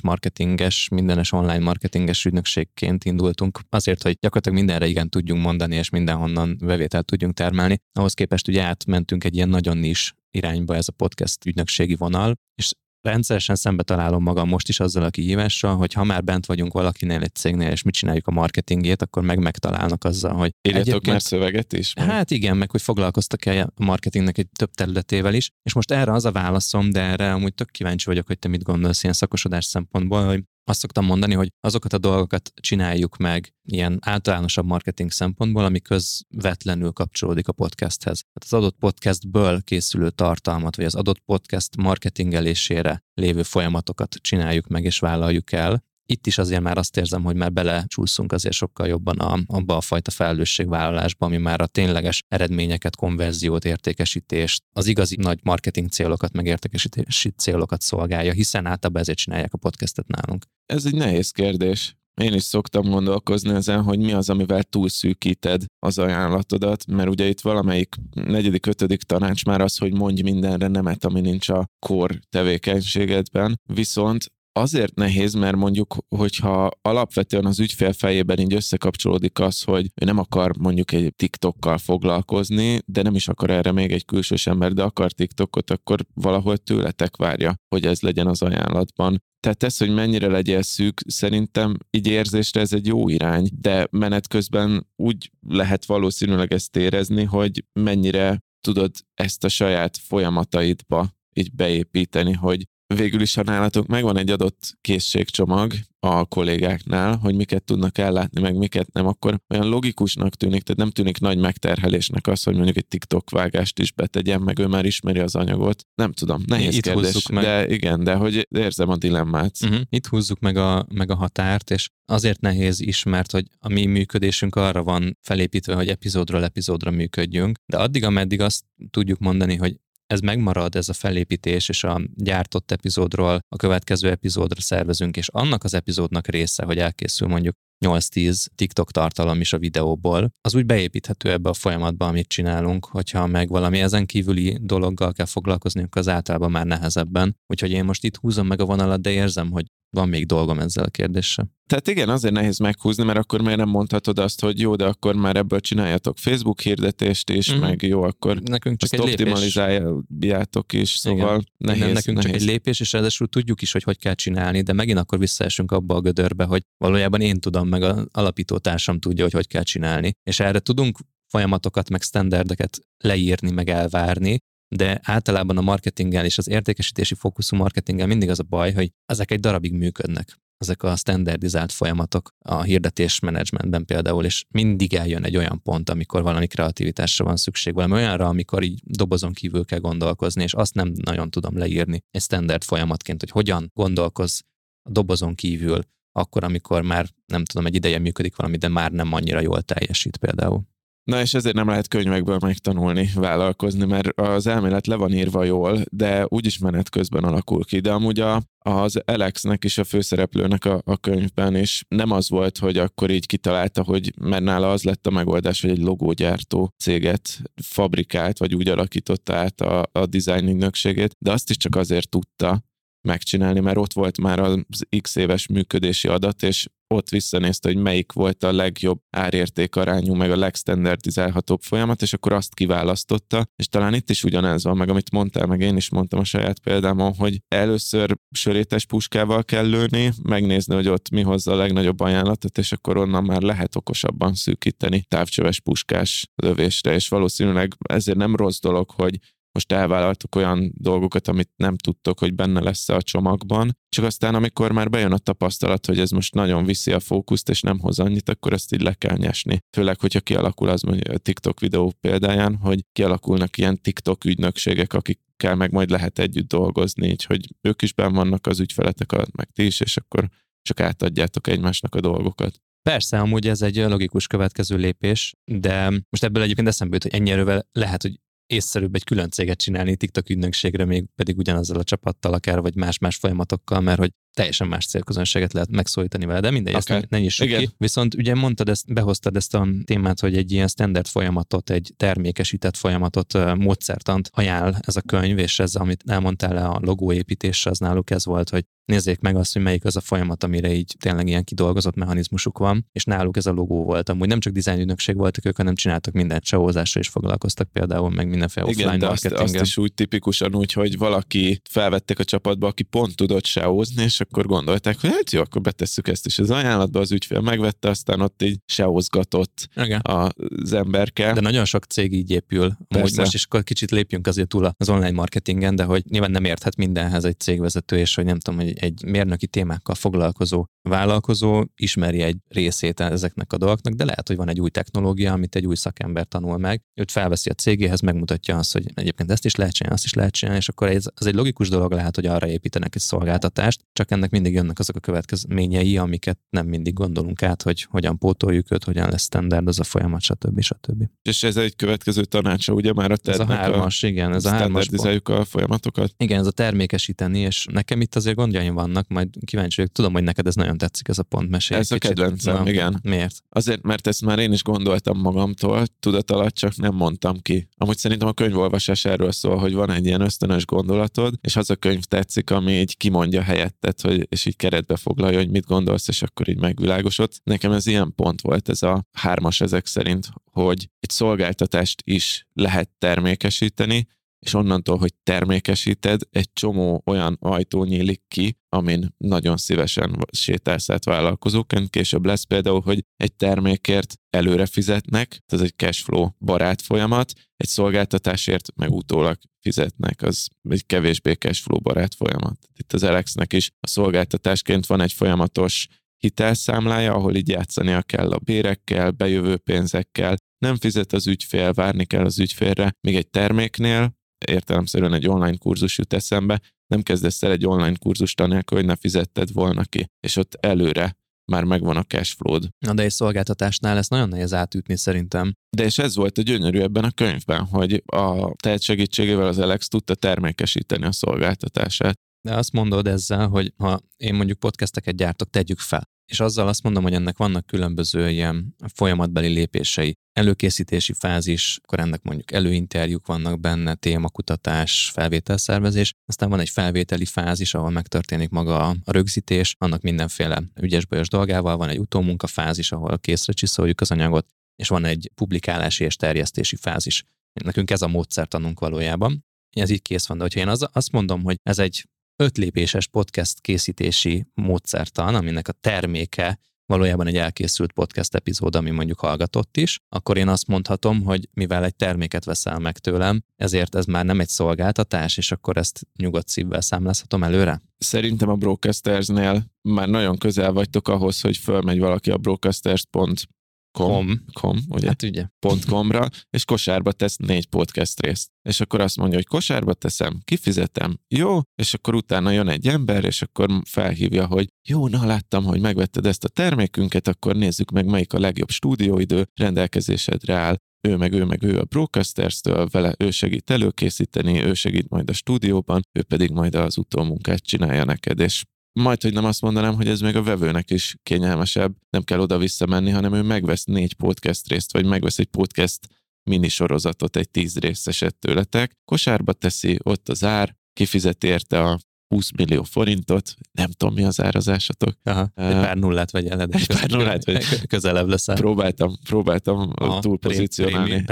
online marketinges ügynökségként indultunk, azért, hogy gyakorlatilag mindenre igen tudjunk mondani, és mindenhonnan bevételt tudjunk termelni. Ahhoz képest ugye átmentünk egy ilyen nagyon nis irányba ez a podcast ügynökségi vonal, és rendszeresen szembe találom magam most is azzal a kihívással, hogy ha már bent vagyunk valakinél egy cégnél, és mit csináljuk a marketingét, akkor megtalálnak azzal, hogy... Írjatok már szöveget is? Meg? Hát igen, meg hogy foglalkoztak-e a marketingnek egy több területével is, és most erre az a válaszom, de erre amúgy tök kíváncsi vagyok, hogy te mit gondolsz ilyen szakosodás szempontból, hogy azt szoktam mondani, hogy azokat a dolgokat csináljuk meg ilyen általánosabb marketing szempontból, ami közvetlenül kapcsolódik a podcasthez. Tehát az adott podcastből készülő tartalmat, vagy az adott podcast marketingelésére lévő folyamatokat csináljuk meg és vállaljuk el. Itt is azért már azt érzem, hogy már belecsúszunk azért sokkal jobban abba a fajta felelősségvállalásba, ami már a tényleges eredményeket, konverziót, értékesítést, az igazi nagy marketing célokat, meg értékesítési célokat szolgálja, hiszen általában ezért csinálják a podcastet nálunk. Ez egy nehéz kérdés. Én is szoktam gondolkozni ezen, hogy mi az, amivel túlszűkíted az ajánlatodat, mert ugye itt valamelyik 4., 5. tanács már az, hogy mondj mindenre nemet, ami nincs a core tevékenységedben, viszont azért nehéz, mert mondjuk, hogyha alapvetően az ügyfél fejében így összekapcsolódik az, hogy ő nem akar mondjuk egy TikTokkal foglalkozni, de nem is akar erre még egy külsős ember, de akar TikTokot, akkor valahol tőletek várja, hogy ez legyen az ajánlatban. Tehát ez, hogy mennyire legyél szűk, szerintem így érzésre ez egy jó irány, de menet közben úgy lehet valószínűleg ezt érezni, hogy mennyire tudod ezt a saját folyamataidba így beépíteni, hogy végül is, ha nálatok megvan egy adott készségcsomag a kollégáknál, hogy miket tudnak ellátni, meg miket nem, akkor olyan logikusnak tűnik, tehát nem tűnik nagy megterhelésnek az, hogy mondjuk egy TikTok vágást is betegyen, meg ő már ismeri az anyagot. Nem tudom, nehéz kérdés, de igen, de hogy érzem a dilemmát. Itt húzzuk meg a határt, és azért nehéz is, mert hogy a mi működésünk arra van felépítve, hogy epizódról epizódra működjünk, de addig, ameddig azt tudjuk mondani, hogy ez megmarad, ez a felépítés, és a gyártott epizódról a következő epizódra szervezünk, és annak az epizódnak része, hogy elkészül mondjuk 8-10 TikTok tartalom is a videóból, az úgy beépíthető ebbe a folyamatba, amit csinálunk, hogyha meg valami ezen kívüli dologgal kell foglalkozniuk, az általában már nehezebben. Úgyhogy én most itt húzom meg a vonalat, de érzem, hogy van még dolgom ezzel a kérdéssel. Tehát igen, azért nehéz meghúzni, mert akkor miért nem mondhatod azt, hogy jó, de akkor már ebből csináljatok Facebook hirdetést is, meg jó, akkor nekünk csak egy optimalizáljátok is, szóval nehéz. Nekünk csak egy lépés, és ráadásul tudjuk is, hogy kell csinálni, de megint akkor visszaesünk abba a gödörbe, hogy valójában én tudom, meg az alapító társam tudja, hogy kell csinálni. És erre tudunk folyamatokat, meg standardeket leírni, meg elvárni, de általában a marketinggel és az értékesítési fókuszú marketinggel mindig az a baj, hogy ezek egy darabig működnek. Ezek a standardizált folyamatok a hirdetés menedzsmentben például, és mindig eljön egy olyan pont, amikor valami kreativitásra van szükség, valami olyanra, amikor így dobozon kívül kell gondolkozni, és azt nem nagyon tudom leírni egy standard folyamatként, hogy hogyan gondolkoz a dobozon kívül, akkor, amikor már nem tudom, egy ideje működik valami, de már nem annyira jól teljesít például. Na és ezért nem lehet könyvekből megtanulni, vállalkozni, mert az elmélet le van írva jól, de úgyis menet közben alakul ki. De amúgy az Alexnek is, a főszereplőnek a könyvben is nem az volt, hogy akkor így kitalálta, hogy mert nála az lett a megoldás, hogy egy logógyártó céget fabrikált, vagy úgy alakította át a design ügynökségét, de azt is csak azért tudta megcsinálni, mert ott volt már az X éves működési adat, és ott visszanézte, hogy melyik volt a legjobb árértékarányú, meg a legstandardizálhatóbb folyamat, és akkor azt kiválasztotta, és talán itt is ugyanez van, meg amit mondtál, meg én is mondtam a saját példámon, hogy először sörétes puskával kell lőni, megnézni, hogy ott mi hozza a legnagyobb ajánlatot, és akkor onnan már lehet okosabban szűkíteni távcsöves puskás lövésre, és valószínűleg ezért nem rossz dolog, hogy most elvállaltok olyan dolgokat, amit nem tudtok, hogy benne lesz a csomagban, csak aztán, amikor már bejön a tapasztalat, hogy ez most nagyon viszi a fókuszt, és nem hoz annyit, akkor ezt így le kell nyesni. Főleg, hogyha kialakul az mondjuk a TikTok videó példáján, hogy kialakulnak ilyen TikTok ügynökségek, akikkel meg majd lehet együtt dolgozni, így, hogy ők is benn vannak az ügyfeletek, meg ti is, és akkor csak átadjátok egymásnak a dolgokat. Persze, amúgy ez egy logikus következő lépés, de most ebből egyébként eszembe jut, hogy ennyi erővel lehet, hogy észszerűbb egy külön céget csinálni TikTok ügynökségre, még pedig ugyanazzal a csapattal akár, vagy más folyamatokkal, mert hogy teljesen más célközönséget lehet megszólítani vele, de mindegy, ezt ne nyissuk ki. Viszont ugye behoztad ezt a témát, hogy egy ilyen standard folyamatot, egy termékesített folyamatot, módszertant ajánl ez a könyv, és ez, amit elmondtál a logóépítésre, az náluk ez volt, hogy nézzék meg azt, hogy melyik az a folyamat, amire így tényleg ilyen kidolgozott mechanizmusuk van, és náluk ez a logó volt. Amúgy nem csak design ügynökség voltak ők, hanem csináltak mindent, SEO-zásra is foglalkoztak például, meg mindenféle offline marketinggel. Azt is úgy tipikusan úgy, hogy valaki felvettek a csapatba, aki pont tudott SEO-zni, és akkor gondolták, hogy hát jó, akkor betesszük ezt is az ajánlatba, az ügyfél megvette, aztán ott így SEO-zgatott az emberke. De nagyon sok cég így épül. Amúgy most is kicsit lépjünk azért túl az online marketingen, de hogy nyilván nem érthet mindenhez egy cégvezető, és hogy nem tudom, hogy egy mérnöki témákkal foglalkozó vállalkozó ismeri egy részét ezeknek a dolgoknak, de lehet, hogy van egy új technológia, amit egy új szakember tanul meg, őt felveszi a cégéhez, megmutatja azt, hogy egyébként ezt is lehet csinálni, azt is lehet csinálni, és akkor ez egy logikus dolog lehet, hogy arra építenek egy szolgáltatást, csak ennek mindig jönnek azok a következményei, amiket nem mindig gondolunk át, hogy hogyan pótoljuk őt, hogyan lesz standard az a folyamat, stb. És ez egy következő tanácsa, ugye már a ez a hármas, igen, ez a hármas pont. A folyamatokat. Igen, ez a termékesíteni, és nekem itt azért gondjaim vannak, majd kíváncsi vagyok, tudom, hogy neked ez nagyon tetszik, ez a pont mesélj. Ez a kedvencem, igen. Miért? Azért, mert ezt már én is gondoltam magamtól, tudat alatt, csak nem mondtam ki. Amúgy szerintem a könyvolvasás erről szól, hogy van egy ilyen ösztönös gondolatod, és az a könyv tetszik, ami így kimondja helyettet, hogy, és így keretbe foglalja, hogy mit gondolsz, és akkor így megvilágosodsz. Nekem ez ilyen pont volt, ez a hármas ezek szerint, hogy egy szolgáltatást is lehet termékesíteni, és onnantól, hogy termékesíted, egy csomó olyan ajtó nyílik ki, amin nagyon szívesen sétálsz át vállalkozóként. Később lesz például, hogy egy termékért előre fizetnek, ez egy cashflow barát folyamat, egy szolgáltatásért meg utólag fizetnek, az egy kevésbé cashflow barát folyamat. Itt az Elexnek is a szolgáltatásként van egy folyamatos hitelszámlája, ahol így játszania kell a bérekkel, bejövő pénzekkel, nem fizet az ügyfél, várni kell az ügyfélre, míg egy terméknél, értelemszerűen egy online kurzus jut eszembe, nem kezdesz el egy online kurzust anélkül, hogy ne fizetted volna ki, és ott előre már megvan a cashflow-d. Na de egy szolgáltatásnál ezt nagyon nehéz átütni szerintem. De és ez volt a gyönyörű ebben a könyvben, hogy a TED segítségével az Alex tudta termékesíteni a szolgáltatását. De azt mondod ezzel, hogy ha én mondjuk podcasteket gyártok, tegyük fel. És azzal azt mondom, hogy ennek vannak különböző ilyen folyamatbeli lépései. Előkészítési fázis, akkor ennek mondjuk előinterjúk vannak benne, témakutatás, felvételszervezés. Aztán van egy felvételi fázis, ahol megtörténik maga a rögzítés, annak mindenféle ügyes-bajos dolgával, van egy utómunkafázis, ahol készre csiszoljuk az anyagot, és van egy publikálási és terjesztési fázis. Nekünk ez a módszertanunk valójában. Ez így kész van, de hogyha én azt mondom, hogy ez egy 5 lépéses podcast készítési módszertan, aminek a terméke valójában egy elkészült podcast epizód, ami mondjuk hallgatott is, akkor én azt mondhatom, hogy mivel egy terméket veszel meg tőlem, ezért ez már nem egy szolgáltatás, és akkor ezt nyugodt szívvel számlázhatom előre? Szerintem a Broadcastersnél már nagyon közel vagytok ahhoz, hogy fölmegy valaki a broadcasters.com, ugye? Hát ugye. .com-ra, és kosárba tesz 4 podcast részt. És akkor azt mondja, hogy kosárba teszem, kifizetem, jó, és akkor utána jön egy ember, és akkor felhívja, hogy jó, na láttam, hogy megvetted ezt a termékünket, akkor nézzük meg, melyik a legjobb stúdióidő, rendelkezésedre áll, ő a Broadcasters-től, vele ő segít előkészíteni, ő segít majd a stúdióban, ő pedig majd az utómunkát csinálja neked, és majd, hogy nem azt mondanám, hogy ez még a vevőnek is kényelmesebb, nem kell oda-vissza menni, hanem ő megvesz 4 podcast részt, vagy megvesz egy podcast minisorozatot, egy 10 részeset tőletek, kosárba teszi, ott az ár, kifizet érte a 20 millió forintot, nem tudom, mi az árazásatok. Aha, egy pár nullát vegyél le, közelebb leszel. Próbáltam túlpozícionálni.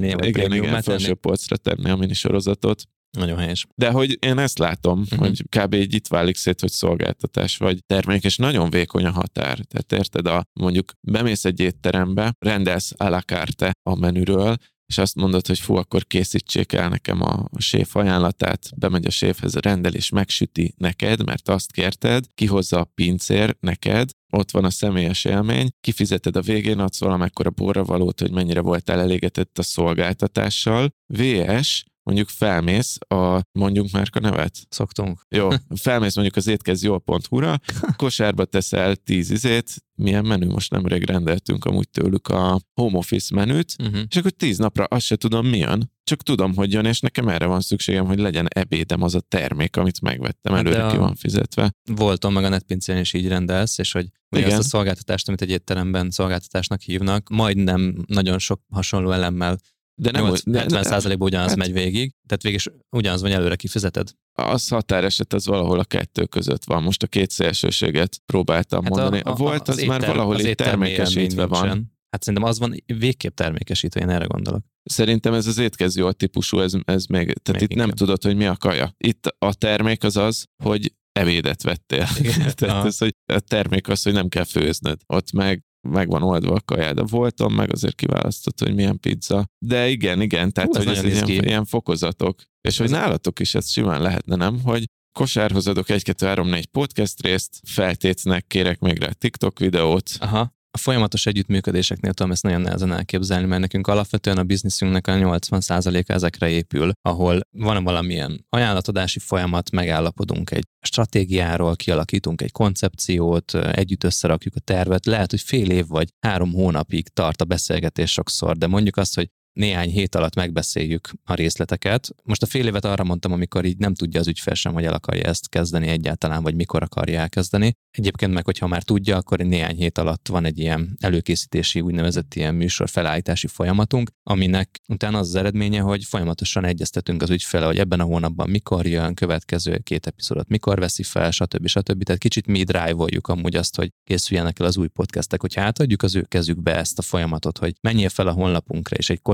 Igen, felső polcra tenni a minisorozatot. Nagyon helyes. De hogy én ezt látom, hogy kb. Így itt válik szét, hogy szolgáltatás vagy termék, és nagyon vékony a határ. Tehát érted, mondjuk bemész egy étterembe, rendelsz à la carte a menüről, és azt mondod, hogy fú, akkor készítsék el nekem a séf ajánlatát, bemegy a séfhez, rendel és megsüti neked, mert azt kérted, kihozza a pincér neked, ott van a személyes élmény, kifizeted a végén, adsz valamekkora borravalót, hogy mennyire voltál elégedett a szolgáltatással, VS, mondjuk felmész mondjunk márka nevet? Szoktunk. Jó, felmész mondjuk az étkezdjól.hu-ra, kosárba teszel 10 milyen menü, most nemrég rendeltünk amúgy tőlük a home office menüt, és akkor 10 napra azt se tudom mi jön, csak tudom, hogy jön, és nekem erre van szükségem, hogy legyen ebédem az a termék, amit megvettem, előre ki van fizetve. Voltam meg a netpincén is így rendelsz, és hogy azt a szolgáltatást, amit egy étteremben szolgáltatásnak hívnak, majdnem nagyon sok hasonló elemmel de nem 70%-ban ugyanaz megy végig, tehát végig ugyanaz van, előre kifizeted. Az határeset az valahol a 2 között van. Most a 2 szélsőséget próbáltam mondani. Az már valahol itt termékesítve van. Hát szerintem az van végképp termékesítve, én erre gondolok. Szerintem ez az étkezdő típusú, ez még, tehát itt nem tudod, hogy mi a kaja. Itt a termék az, hogy ebédet vettél. Tehát ez, hogy a termék az, hogy nem kell főznöd. Ott meg van oldva a kajád. De voltam, meg azért kiválasztott, hogy milyen pizza. De igen, tehát hogy ez ilyen fokozatok. És hogy nálatok is ez simán lehetne, nem? Hogy kosárhoz adok 1-2-3-4 podcast részt, feltétnek kérek még rá TikTok videót. Aha. A folyamatos együttműködéseknél tudom ezt nagyon nehezen elképzelni, mert nekünk alapvetően a bizniszünknek a 80%-a ezekre épül, ahol van valamilyen ajánlatodási folyamat, megállapodunk egy stratégiáról, kialakítunk egy koncepciót, együtt összerakjuk a tervet, lehet, hogy fél év vagy 3 hónapig tart a beszélgetés sokszor, de mondjuk azt, hogy néhány hét alatt megbeszéljük a részleteket. Most a fél évet arra mondtam, amikor így nem tudja az ügyfél sem, hogy el akarja ezt kezdeni egyáltalán, vagy mikor akarja elkezdeni. Egyébként meg, hogyha már tudja, akkor néhány hét alatt van egy ilyen előkészítési, úgynevezett ilyen műsor felállítási folyamatunk, aminek utána az eredménye, hogy folyamatosan egyeztetünk az ügyfele, hogy ebben a hónapban mikor jön, következő 2 epizódot mikor veszi fel, stb. Tehát kicsit mi drive-oljuk amúgy azt, hogy készüljenek el az új podcastek, hogyha átadjuk az ő kezükbe ezt a folyamatot, hogy menjél fel a honlapunkra, és egy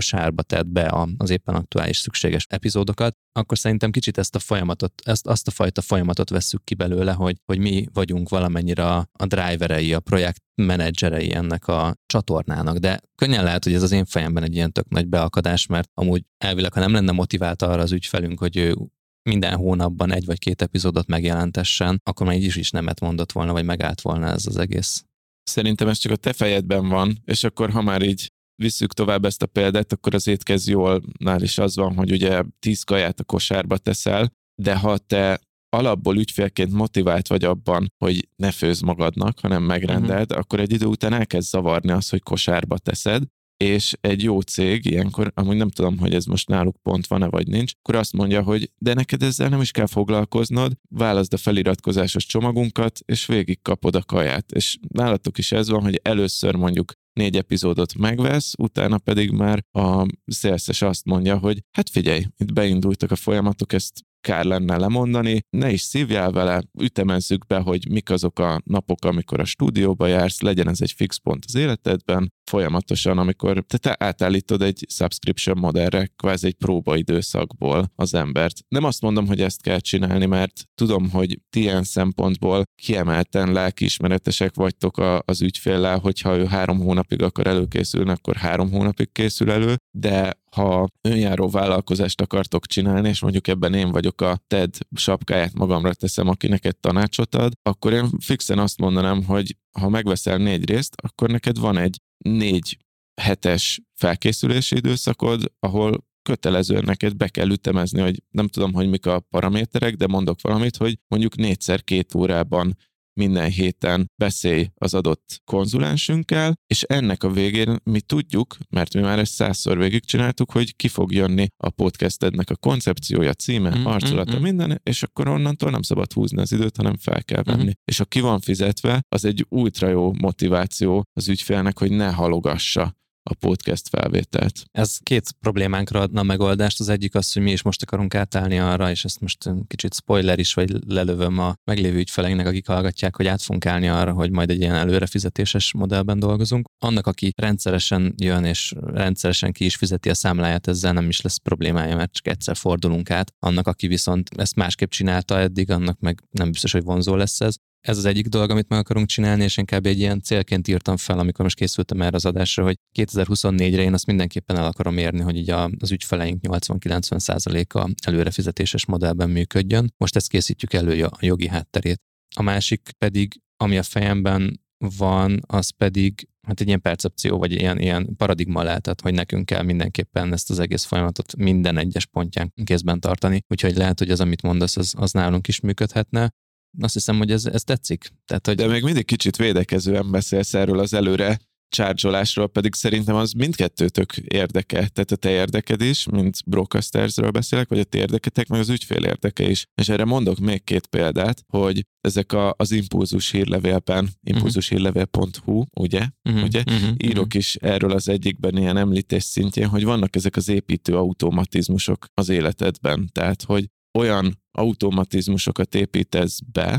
kosárba tedd be az éppen aktuális szükséges epizódokat, akkor szerintem kicsit ezt a folyamatot, azt a fajta folyamatot vesszük ki belőle, hogy mi vagyunk valamennyire a driverei, a projektmenedzserei ennek a csatornának, de könnyen lehet, hogy ez az én fejemben egy ilyen tök nagy beakadás, mert amúgy elvileg, ha nem lenne motivált arra az ügyfelünk, hogy ő minden hónapban 1 vagy 2 epizódot megjelentessen, akkor már így is nemet mondott volna, vagy megállt volna ez az egész. Szerintem ez csak a te fejedben van, és akkor ha már így visszük tovább ezt a példát, akkor az Étkezz jólnál is az van, hogy ugye 10 kaját a kosárba teszel, de ha te alapból ügyfélként motivált vagy abban, hogy ne főzz magadnak, hanem megrendeld, akkor egy idő után elkezd zavarni az, hogy kosárba teszed, és egy jó cég ilyenkor, amúgy nem tudom, hogy ez most náluk pont van-e vagy nincs, akkor azt mondja, hogy de neked ezzel nem is kell foglalkoznod, válaszd a feliratkozásos csomagunkat, és végig kapod a kaját. És nálatok is ez van, hogy először mondjuk 4 epizódot megvesz, utána pedig már a szélszes azt mondja, hogy hát figyelj, itt beindultak a folyamatok, ezt kár lenne lemondani, ne is szívjál vele, ütemezzük be, hogy mik azok a napok, amikor a stúdióba jársz, legyen ez egy fix pont az életedben, folyamatosan, amikor te átállítod egy subscription modellre, kvázi egy próbaidőszakból az embert. Nem azt mondom, hogy ezt kell csinálni, mert tudom, hogy ti ilyen szempontból kiemelten lelkiismeretesek vagytok az ügyféllel, hogyha ő 3 hónapig akar előkészülni, akkor 3 hónapig készül elő, de ha önjáró vállalkozást akartok csinálni, és mondjuk ebben én vagyok a TED sapkáját magamra teszem, aki neked tanácsot ad, akkor én fixen azt mondanám, hogy ha megveszel 4 részt, akkor neked van egy 4 hetes felkészülési időszakod, ahol kötelezően neked be kell ütemezni, hogy nem tudom, hogy mik a paraméterek, de mondok valamit, hogy mondjuk 4x2 órában minden héten beszélj az adott konzulensünkkel, és ennek a végén mi tudjuk, mert mi már ezt 100-szor végigcsináltuk, hogy ki fog jönni a podcastednek a koncepciója, címe, arculata, minden, és akkor onnantól nem szabad húzni az időt, hanem fel kell venni. És ha ki van fizetve, az egy ultra jó motiváció az ügyfélnek, hogy ne halogassa a podcast felvételt. Ez 2 problémánkra adna megoldást. Az egyik az, hogy mi is most akarunk átállni arra, és ezt most kicsit spoiler is, vagy lelövöm a meglévő ügyfeleinknek, akik hallgatják, hogy át fogunk állni arra, hogy majd egy ilyen előrefizetéses modellben dolgozunk. Annak, aki rendszeresen jön, és rendszeresen ki is fizeti a számláját, ezzel nem is lesz problémája, mert csak egyszer fordulunk át. Annak, aki viszont ezt másképp csinálta eddig, annak meg nem biztos, hogy vonzó lesz ez. Ez az egyik dolog, amit meg akarunk csinálni, és inkább egy ilyen célként írtam fel, amikor most készültem erre az adásra, hogy 2024-re én azt mindenképpen el akarom érni, hogy így az ügyfeleink 80-90%-a előrefizetéses modellben működjön. Most ezt készítjük elő a jogi hátterét. A másik pedig, ami a fejemben van, az pedig hát egy ilyen percepció, vagy ilyen paradigma lehetett, hogy nekünk kell mindenképpen ezt az egész folyamatot minden egyes pontján kézben tartani. Úgyhogy lehet, hogy az, amit mondasz, az nálunk is működhetne. Azt hiszem, hogy ez tetszik. Tehát, hogy... De még mindig kicsit védekezően beszélsz erről az előre charge-olásról, pedig szerintem az mindkettőtök érdeke. Tehát a te érdeked is, mint broadcastersről beszélek, vagy a te érdeketek, meg az ügyfél érdeke is. És erre mondok még 2 példát, hogy ezek az Impulzus hírlevélben, impulzushírlevél.hu, ugye? Írok is erről az egyikben ilyen említés szintjén, hogy vannak ezek az építő automatizmusok az életedben. Tehát, hogy olyan automatizmusokat építesz be,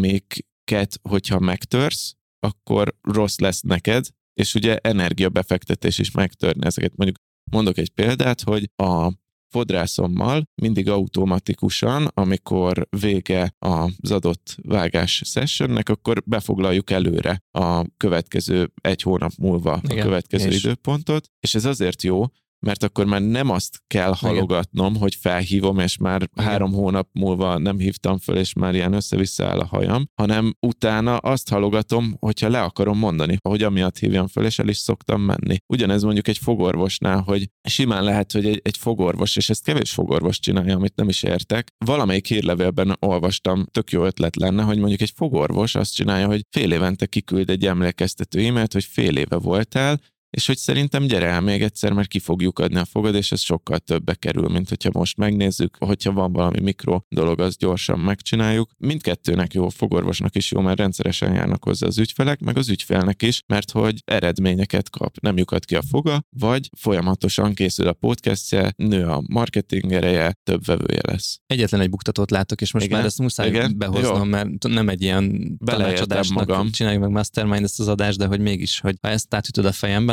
amiket, hogyha megtörsz, akkor rossz lesz neked, és ugye energiabefektetés is megtörni ezeket. Mondok egy példát, hogy a fodrászommal mindig automatikusan, amikor vége az adott vágás sessionnek, akkor befoglaljuk előre a következő 1 hónap múlva a következő időpontot, és ez azért jó, mert akkor már nem azt kell halogatnom, hogy felhívom, és már 3 hónap múlva nem hívtam föl, és már ilyen össze-vissza áll a hajam, hanem utána azt halogatom, hogyha le akarom mondani, hogy amiatt hívjam föl, és el is szoktam menni. Ugyanez mondjuk egy fogorvosnál, hogy simán lehet, hogy egy fogorvos, és ezt kevés fogorvos csinálja, amit nem is értek. Valamelyik hírlevélben olvastam, tök jó ötlet lenne, hogy mondjuk egy fogorvos azt csinálja, hogy fél évente kiküld egy emlékeztető e-mailt, hogy fél éve voltál, és hogy szerintem gyere el még egyszer, mert ki fogjuk adni a fogad, és ez sokkal többe kerül, mint hogyha most megnézzük, hogyha van valami mikro dolog, azt gyorsan megcsináljuk. Mindkettőnek jó, fogorvosnak is jó, mert rendszeresen járnak hozzá az ügyfelek, meg az ügyfélnek is, mert hogy eredményeket kap, nem lyukad ki a foga, vagy folyamatosan készül a podcastje, nő a marketing ereje, több vevője lesz. Egyetlen egy buktatót látok, és most már ezt muszáj behoznom, jó. Mert nem egy ilyen tanácsadásnak csináljuk meg Mastermind ezt az adást, de hogy mégis, hogy ha ezt átütöd a fejemben,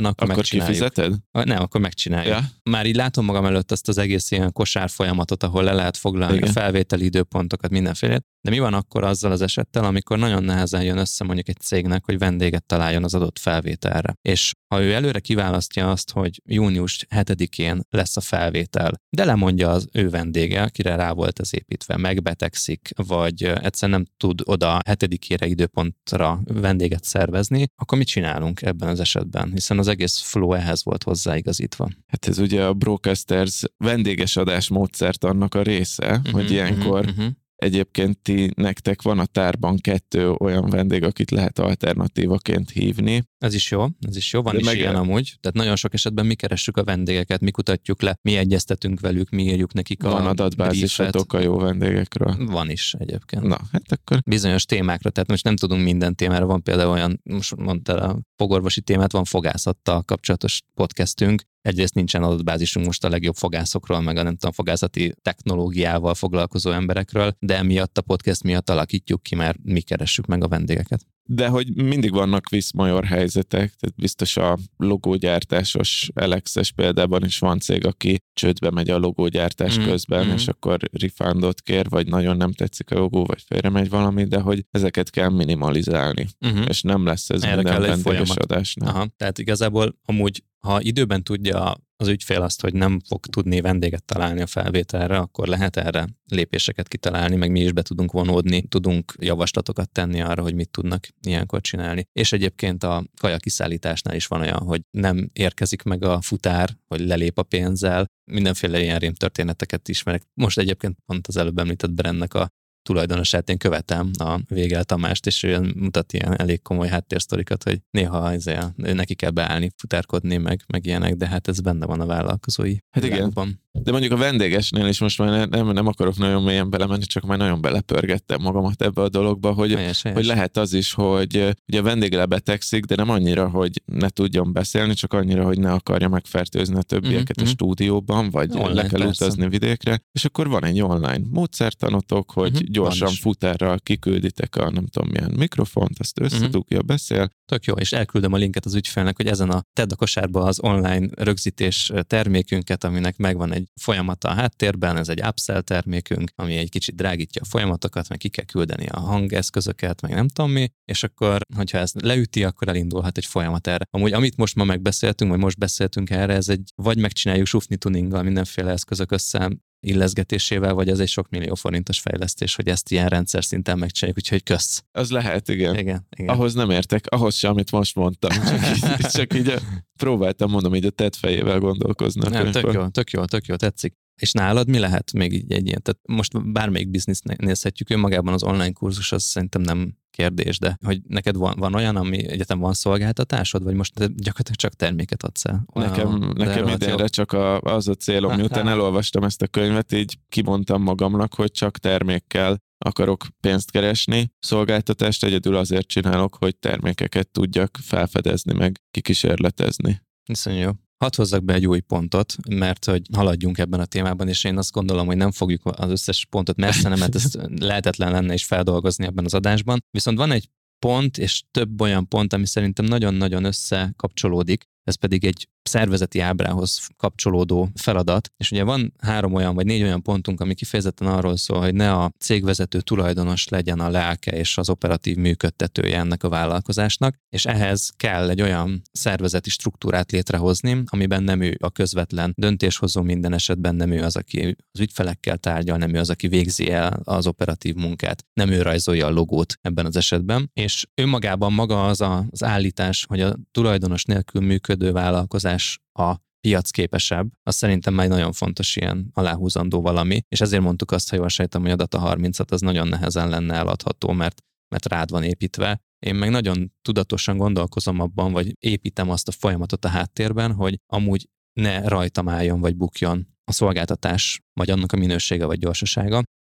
akkor megcsináljuk. Kifizeted? Nem, akkor megcsináljuk. Ja. Már így látom magam előtt azt az egész ilyen kosár folyamatot, ahol le lehet foglalni igen. a felvételi időpontokat, mindenféle. De mi van akkor azzal az esettel, amikor nagyon nehezen jön össze mondjuk egy cégnek, hogy vendéget találjon az adott felvételre. És ha ő előre kiválasztja azt, hogy június 7-én lesz a felvétel, de lemondja az ő vendége, akire rá volt ez építve, megbetegszik, vagy egyszerűen nem tud oda 7-ére időpontra vendéget szervezni, akkor mit csinálunk ebben az esetben? Hiszen az egész flow ehhez volt hozzáigazítva. Hát ez ugye a Brocasters vendéges adás módszert annak a része, hogy ilyenkor egyébként nektek van a tárban 2 olyan vendég, akit lehet alternatívaként hívni. Ez is jó, van de is ilyen amúgy. Tehát nagyon sok esetben mi keressük a vendégeket, mi kutatjuk le, mi egyeztetünk velük, mi írjuk nekik van adatbázisotok a jó vendégekről. Van is egyébként. Na, hát akkor... Bizonyos témákra, tehát most nem tudunk minden témára, van például olyan, most mondtál a fogorvosi témát, van fogászattal kapcsolatos podcastünk. Egyrészt nincsen adatbázisunk most a legjobb fogászokról, meg a nem tudom, fogászati technológiával foglalkozó emberekről, de emiatt a podcast miatt alakítjuk ki, mert mi keressük meg a vendégeket. De hogy mindig vannak viszmajor helyzetek, tehát biztos a logógyártásos Alexes példában is van cég, aki csődbe megy a logógyártás közben, és akkor refundot kér, vagy nagyon nem tetszik a logó, vagy félre megy valami, de hogy ezeket kell minimalizálni, és nem lesz ez minden vendéges adásnál. Aha, tehát igazából amúgy, ha időben tudja az ügyfél azt, hogy nem fog tudni vendéget találni a felvételre, akkor lehet erre lépéseket kitalálni, meg mi is be tudunk vonódni, tudunk javaslatokat tenni arra, hogy mit tudnak ilyenkor csinálni. És egyébként a kajakiszállításnál is van olyan, hogy nem érkezik meg a futár, hogy lelép a pénzzel. Mindenféle ilyen rémtörténeteket ismerek. Most egyébként pont az előbb említett Brennek a tulajdonosát én követem, a Végel Tamást, és ő mutat ilyen elég komoly háttérsztorikat, hogy néha neki kell beállni, futárkodni, meg ilyenek, de hát ez benne van a vállalkozói világban. Igen. De mondjuk a vendégesnél is most már nem akarok nagyon mélyen belemenni, csak már nagyon belepörgettem magamat ebbe a dologba, hogy lehet az is, hogy a vendég lebetegszik, de nem annyira, hogy ne tudjon beszélni, csak annyira, hogy ne akarja megfertőzni a többieket a stúdióban, vagy online, le kell utazni vidékre, és akkor van egy online módszertanotok, hogy gyorsan futárral kikülditek a nem tudom milyen mikrofont, ezt összedugja, beszél. Tök jó, és elküldöm a linket az ügyfélnek, hogy ezen a tedd a kosárba az online rögzítés termékünket, aminek megvan egy folyamata a háttérben, ez egy upsell termékünk, ami egy kicsit drágítja a folyamatokat, meg ki kell küldeni a hangeszközöket, meg nem tudom mi, és akkor, hogyha ezt leüti, akkor elindulhat egy folyamat erre. Amúgy, amit most ma megbeszéltünk, vagy most beszéltünk erre, ez egy vagy megcsináljuk sufni tuninggal mindenféle eszközök össze illeszgetésével, vagy ez egy sok millió forintos fejlesztés, hogy ezt ilyen rendszer szinten megcsináljuk, úgyhogy kösz. Az lehet, igen. Igen. Ahhoz nem értek, ahhoz sem, amit most mondtam. Csak így próbáltam, mondom, így a tett fejével gondolkozni. Nem, tök jó, tetszik. És nálad mi lehet még így egy ilyen? Tehát most bármelyik bizniszt nézhetjük, önmagában az online kurzus, az szerintem nem kérdés, de hogy neked van olyan, ami egyetem van szolgáltatásod, vagy most gyakorlatilag csak terméket adsz el? Nekem idénre csak az a célom, miután elolvastam ezt a könyvet, így kimondtam magamnak, hogy csak termékkel akarok pénzt keresni. Szolgáltatást egyedül azért csinálok, hogy termékeket tudjak felfedezni, meg kikísérletezni. Viszont jó. Hadd hozzak be egy új pontot, mert hogy haladjunk ebben a témában, és én azt gondolom, hogy nem fogjuk az összes pontot messze, mert ez lehetetlen lenne is feldolgozni ebben az adásban. Viszont van egy pont, és több olyan pont, ami szerintem nagyon-nagyon összekapcsolódik, ez pedig egy szervezeti ábrához kapcsolódó feladat, és ugye van 3 olyan vagy 4 olyan pontunk, ami kifejezetten arról szól, hogy ne a cégvezető tulajdonos legyen a lelke és az operatív működtetője ennek a vállalkozásnak, és ehhez kell egy olyan szervezeti struktúrát létrehozni, amiben nem ő a közvetlen döntéshozó, minden esetben nem ő az, aki az ügyfelekkel tárgyal, nem ő az, aki végzi el az operatív munkát, nem ő rajzolja a logót ebben az esetben, és önmagában maga az állítás, hogy a tulajdonos nélkül működő vállalkozás a piacképesebb, az szerintem már nagyon fontos ilyen aláhúzandó valami, és ezért mondtuk azt, ha jól sejtem, hogy a Data 30-at az nagyon nehezen lenne eladható, mert rád van építve. Én meg nagyon tudatosan gondolkozom abban, vagy építem azt a folyamatot a háttérben, hogy amúgy ne rajtam álljon, vagy bukjon a szolgáltatás, vagy annak a minősége, vagy gyorsasága.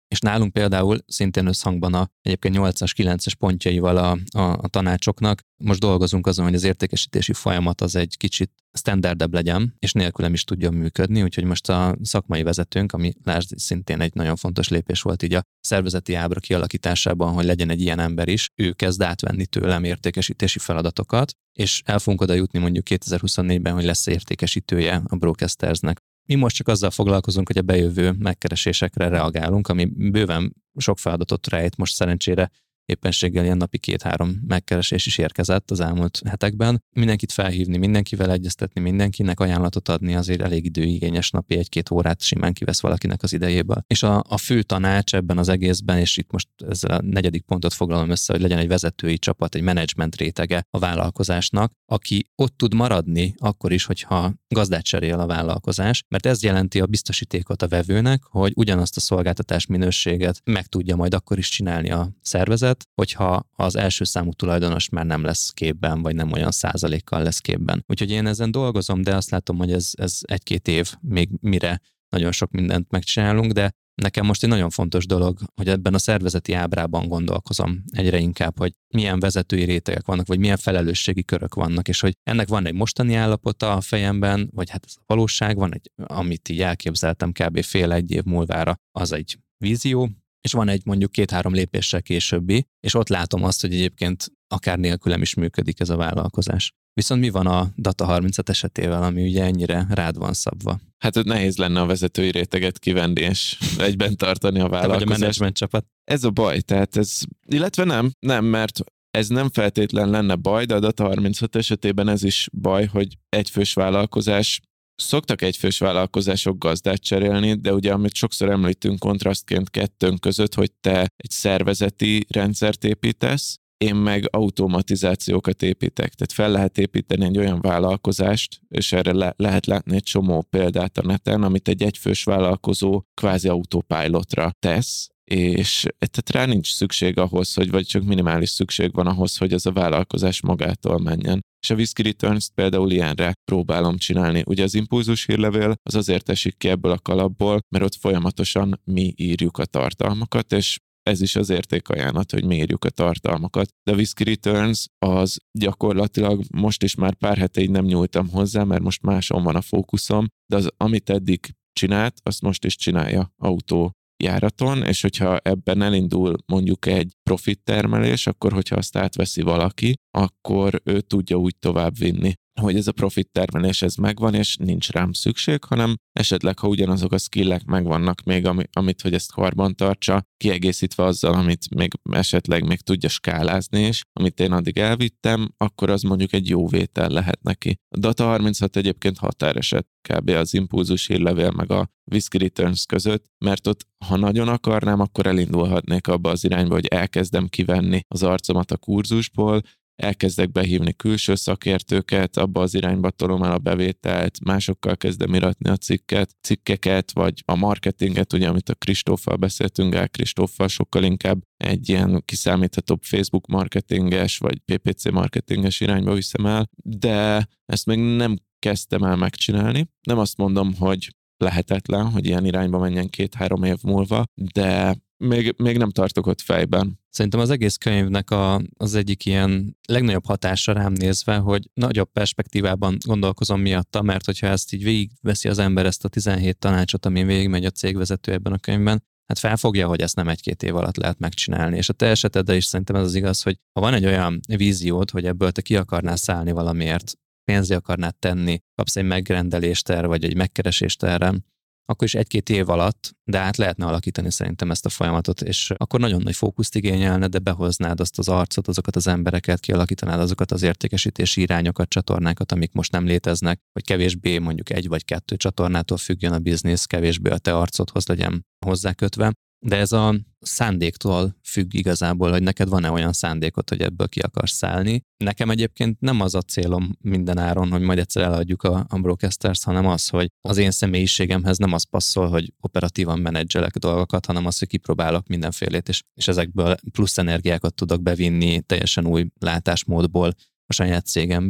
És nálunk például szintén összhangban egyébként 8-as, 9-es pontjaival a tanácsoknak most dolgozunk azon, hogy az értékesítési folyamat az egy kicsit standardebb legyen, és nélkülem is tudjon működni, úgyhogy most a szakmai vezetőnk, ami lásd, szintén egy nagyon fontos lépés volt így a szervezeti ábra kialakításában, hogy legyen egy ilyen ember is, ő kezd átvenni tőlem értékesítési feladatokat, és el fogunk oda jutni mondjuk 2024-ben, hogy lesz értékesítője a Broadcastersnek. Mi most csak azzal foglalkozunk, hogy a bejövő megkeresésekre reagálunk, ami bőven sok feladatot rejt, most szerencsére éppenséggel ilyen napi 2-3 megkeresés is érkezett az elmúlt hetekben. Mindenkit felhívni, mindenkivel egyeztetni, mindenkinek ajánlatot adni azért elég időigényes, napi 1-2 órát simán kivesz valakinek az idejéből. És a fő tanács ebben az egészben, és itt most ezzel a 4. pontot foglalom össze, hogy legyen egy vezetői csapat, egy menedzsment rétege a vállalkozásnak, aki ott tud maradni akkor is, hogyha gazdát cserél a vállalkozás, mert ez jelenti a biztosítékot a vevőnek, hogy ugyanazt a szolgáltatás minőséget meg tudja majd akkor is csinálni a szervezet, hogyha az első számú tulajdonos már nem lesz képben, vagy nem olyan százalékkal lesz képben. Úgyhogy én ezen dolgozom, de azt látom, hogy ez 1-2 év még mire nagyon sok mindent megcsinálunk, de nekem most egy nagyon fontos dolog, hogy ebben a szervezeti ábrában gondolkozom egyre inkább, hogy milyen vezetői rétegek vannak, vagy milyen felelősségi körök vannak, és hogy ennek van egy mostani állapota a fejemben, vagy hát ez a valóság, van egy, amit így elképzeltem kb. fél-egy év múlvára, az egy vízió, és van egy mondjuk 2-3 lépéssel későbbi, és ott látom azt, hogy egyébként akár nélkülem is működik ez a vállalkozás. Viszont mi van a Data 35 esetével, ami ugye ennyire rád van szabva? Hát nehéz lenne a vezetői réteget kivenni, és egyben tartani a vállalkozást. Te vagy a menedzsment csapat. Ez a baj, tehát illetve nem, mert ez nem feltétlen lenne baj, de a Data 35 esetében ez is baj, hogy egyfős vállalkozás. Szoktak egyfős vállalkozások gazdát cserélni, de ugye, amit sokszor említünk kontrasztként kettőnk között, hogy te egy szervezeti rendszert építesz, én meg automatizációkat építek. Tehát fel lehet építeni egy olyan vállalkozást, és erre lehet látni egy csomó példát a neten, amit egy egyfős vállalkozó kvázi autopilotra tesz, és tehát rá nincs szükség ahhoz, vagy csak minimális szükség van ahhoz, hogy ez a vállalkozás magától menjen. És a Whisky Returns-t például ilyenre próbálom csinálni. Ugye az impulzus hírlevél az azért esik ki ebből a kalapból, mert ott folyamatosan mi írjuk a tartalmakat, és ez is az értékajánlat, hogy mi írjuk a tartalmakat. De a Whisky Returns az gyakorlatilag most is már pár hete így nem nyúltam hozzá, mert most máson van a fókuszom, de az, amit eddig csinált, azt most is csinálja autójáraton, és hogyha ebben elindul mondjuk egy profit termelés, akkor hogyha azt átveszi valaki, akkor ő tudja úgy tovább vinni, hogy ez a profit termelés ez megvan, és nincs rám szükség, hanem esetleg, ha ugyanazok a skillek megvannak még, amit, hogy ezt karbantartsa, kiegészítve azzal, amit még esetleg még tudja skálázni is, amit én addig elvittem, akkor az mondjuk egy jó vétel lehet neki. A Data 36 egyébként határeset kb. Az impulzus hírlevél meg a Whisky Returns között, mert ott, ha nagyon akarnám, akkor elindulhatnék abba az irányba, hogy elkezdem kivenni az arcomat a kurzusból, elkezdek behívni külső szakértőket, abba az irányba tolom el a bevételt, másokkal kezdem iratni a cikkeket, vagy a marketinget, ugye, amit a Kristóffal beszéltünk, Gál Kristóffal sokkal inkább egy ilyen kiszámíthatóbb Facebook marketinges, vagy PPC marketinges irányba viszem el, de ezt még nem kezdtem el megcsinálni. Nem azt mondom, hogy lehetetlen, hogy ilyen irányba menjen 2-3 év múlva, de még nem tartok ott fejben. Szerintem az egész könyvnek az egyik ilyen legnagyobb hatása rám nézve, hogy nagyobb perspektívában gondolkozom miatta, mert hogyha ezt így végigveszi az ember ezt a 17 tanácsot, amin végigmegy a cégvezető ebben a könyvben, hát felfogja, hogy ezt nem 1-2 év alatt lehet megcsinálni. És a te esetedben is szerintem ez az igaz, hogy ha van egy olyan víziód, hogy ebből te ki akarnál szállni valamiért, pénzé akarnád tenni, kapsz egy megrendelést erre, vagy egy megkeresést erre, akkor is 1-2 év alatt, de át lehetne alakítani szerintem ezt a folyamatot, és akkor nagyon nagy fókuszt igényelne, de behoznád azt az arcot, azokat az embereket, kialakítanád azokat az értékesítési irányokat, csatornákat, amik most nem léteznek, hogy kevésbé mondjuk 1 vagy 2 csatornától függjön a biznisz, kevésbé a te arcodhoz legyen hozzákötve. De ez a szándéktól függ igazából, hogy neked van-e olyan szándékot, hogy ebből ki akarsz szállni. Nekem egyébként nem az a célom minden áron, hogy majd egyszer eladjuk a Broadcasters, hanem az, hogy az én személyiségemhez nem az passzol, hogy operatívan menedzselek dolgokat, hanem az, hogy kipróbálok mindenfélét, és ezekből plusz energiákat tudok bevinni teljesen új látásmódból a saját cégembe,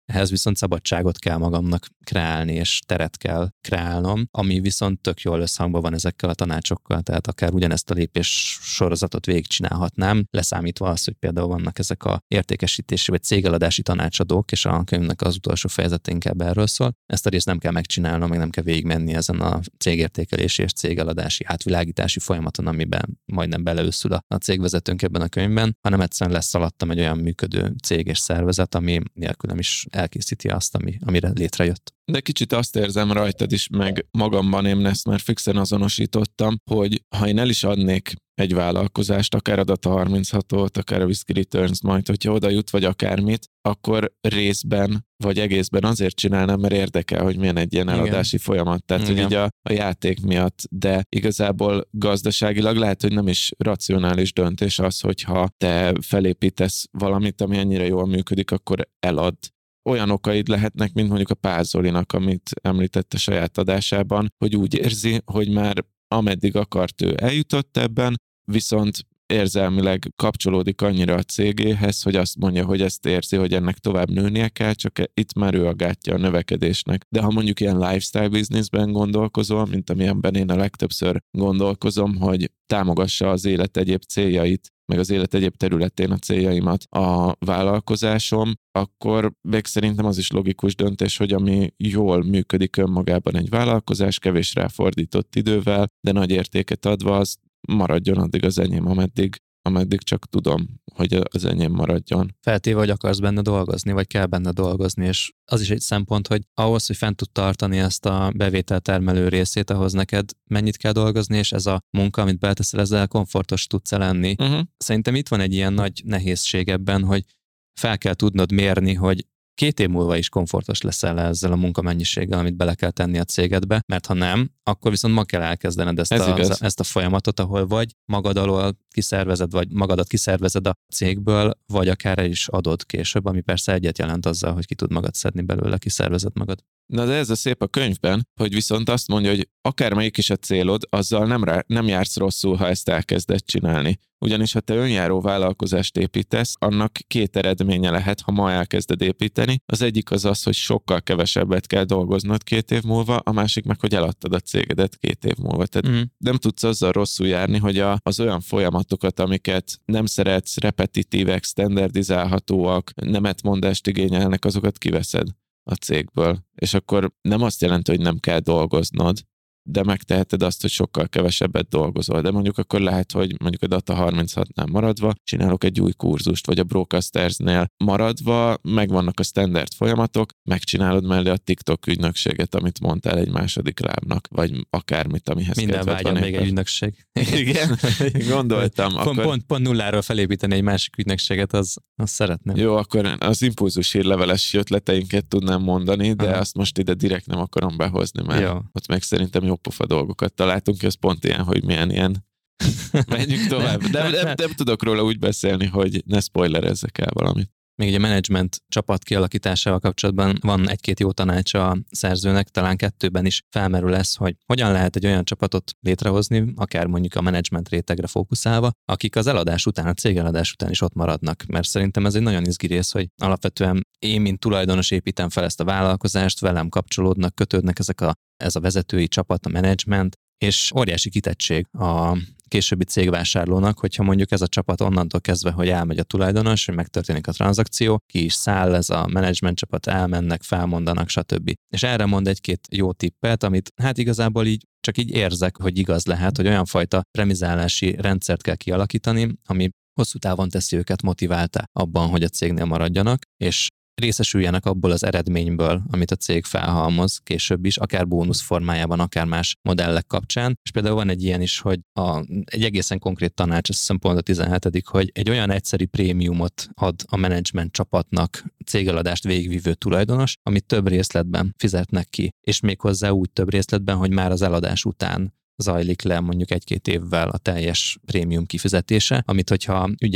Ehhez viszont szabadságot kell magamnak kreálni, és teret kell kreálnom, ami viszont tök jól összhangban van ezekkel a tanácsokkal, tehát akár ugyanezt a lépés sorozatot végigcsinálhatnám, leszámítva az, hogy például vannak ezek a értékesítési vagy cégeladási tanácsadók, és a könyvnek az utolsó fejezete inkább erről szól. Ezt a részt nem kell megcsinálnom, meg nem kell végigmenni ezen a cégértékelési és cégeladási átvilágítási folyamaton, amiben majdnem beleőszül a cégvezetőnk ebben a könyvben, hanem egyszerűen lesz alattam egy olyan működő cég és szervezet, ami nélkülem is elkészíti azt, amire létrejött. De kicsit azt érzem rajtad is, meg magamban én ezt már fixen azonosítottam, hogy ha én el is adnék egy vállalkozást, akár a Data 36-ot, akár a Whisky Returns, majd hogyha oda jut, vagy akármit, akkor részben vagy egészben azért csinálnám, mert érdekel, hogy milyen egy ilyen eladási folyamat. Tehát, hogy így a játék miatt, de igazából gazdaságilag lehet, hogy nem is racionális döntés az, hogyha te felépítesz valamit, ami ennyire jól működik, akkor elad. Olyan okaid lehetnek, mint mondjuk a Pál Zolinak, amit említett a saját adásában, hogy úgy érzi, hogy már ameddig akart, ő eljutott ebben, viszont érzelmileg kapcsolódik annyira a cégéhez, hogy azt mondja, hogy ezt érzi, hogy ennek tovább nőnie kell, csak itt már ő a gátja a növekedésnek. De ha mondjuk ilyen lifestyle businessben gondolkozol, mint amilyenben én a legtöbbször gondolkozom, hogy támogassa az élet egyéb céljait, meg az élet egyéb területén a céljaimat a vállalkozásom, akkor még szerintem az is logikus döntés, hogy ami jól működik önmagában egy vállalkozás, kevés ráfordított idővel, de nagy értéket adva, az maradjon addig az enyém, ameddig csak tudom, hogy az enyém maradjon. Feltéve, hogy akarsz benne dolgozni, vagy kell benne dolgozni, és az is egy szempont, hogy ahhoz, hogy fent tud tartani ezt a bevételtermelő részét, ahhoz neked mennyit kell dolgozni, és ez a munka, amit beleteszel, ezzel komfortos tudsz lenni. Szerintem itt van egy ilyen nagy nehézség ebben, hogy fel kell tudnod mérni, hogy 2 év múlva is komfortos leszel ezzel a munkamennyiséggel, amit bele kell tenni a cégedbe, mert ha nem, akkor viszont ma kell elkezdened ezt a folyamatot, ahol vagy magad alól kiszervezed, vagy magadat kiszervezed a cégből, vagy akár el is adod később, ami persze egyet jelent azzal, hogy ki tud magad szedni belőle, kiszervezed magad. Na de ez a szép a könyvben, hogy viszont azt mondja, hogy akármelyik is a célod, azzal nem jársz rosszul, ha ezt elkezded csinálni. Ugyanis ha te önjáró vállalkozást építesz, annak 2 eredménye lehet, ha ma elkezded építeni. Az egyik az, hogy sokkal kevesebbet kell dolgoznod 2 év múlva, a másik meg, hogy eladtad a cégedet 2 év múlva. Tehát nem tudsz azzal rosszul járni, hogy az olyan folyamatokat, amiket nem szeretsz, repetitívek, standardizálhatóak, nemetmondást igényelnek, azokat kiveszed a cégből. És akkor nem azt jelenti, hogy nem kell dolgoznod, de megteheted azt, hogy sokkal kevesebbet dolgozol. De mondjuk akkor lehet, hogy mondjuk a Data 36-nál maradva csinálok egy új kurzust, vagy a Broadcastersnél maradva, megvannak a standard folyamatok, megcsinálod mellé a TikTok ügynökséget, amit mondtál egy második lábnak, vagy akármit, amihez minden vágyam még egy ügynökség. Igen, gondoltam. Pont nulláról felépíteni egy másik ügynökséget, az szeretném. Jó, akkor az impulzus hírleveles ötleteinket tudnám mondani, de azt most ide direkt nem akarom behozni, mert ott meg szerintem jó pofa dolgokat találtunk, és pont ilyen, hogy milyen ilyen. Menjünk tovább. Nem tudok róla úgy beszélni, hogy ne spoilerezzek el valamit. Még egy menedzsment csapat kialakításával kapcsolatban van 1-2 jó tanács a szerzőnek, talán 2-ben is felmerül ez, hogy hogyan lehet egy olyan csapatot létrehozni, akár mondjuk a menedzsment rétegre fókuszálva, akik az eladás után, a cégeladás után is ott maradnak. Mert szerintem ez egy nagyon izgi rész, hogy alapvetően én, mint tulajdonos építem fel ezt a vállalkozást, velem kapcsolódnak, kötődnek ez a vezetői csapat, a menedzsment, és óriási kitettség a későbbi cégvásárlónak, hogyha mondjuk ez a csapat onnantól kezdve, hogy elmegy a tulajdonos, hogy megtörténik a tranzakció, ki is száll, ez a menedzsment csapat, elmennek, felmondanak, stb. És erre mond 1-2 jó tippet, amit hát igazából így csak így érzek, hogy igaz lehet, hogy olyan fajta premizálási rendszert kell kialakítani, ami hosszú távon teszi őket motiváltá abban, hogy a cégnél maradjanak, és részesüljenek abból az eredményből, amit a cég felhalmoz később is, akár bónusz formájában, akár más modellek kapcsán. És például van egy ilyen is, hogy egy egészen konkrét tanács, azt hiszem pont a 17., hogy egy olyan egyszeri prémiumot ad a menedzsment csapatnak cégeladást végigvívő tulajdonos, amit több részletben fizetnek ki, és méghozzá úgy több részletben, hogy már az eladás után zajlik le mondjuk 1-2 évvel a teljes prémium kifizetése, amit hogyha ügyes a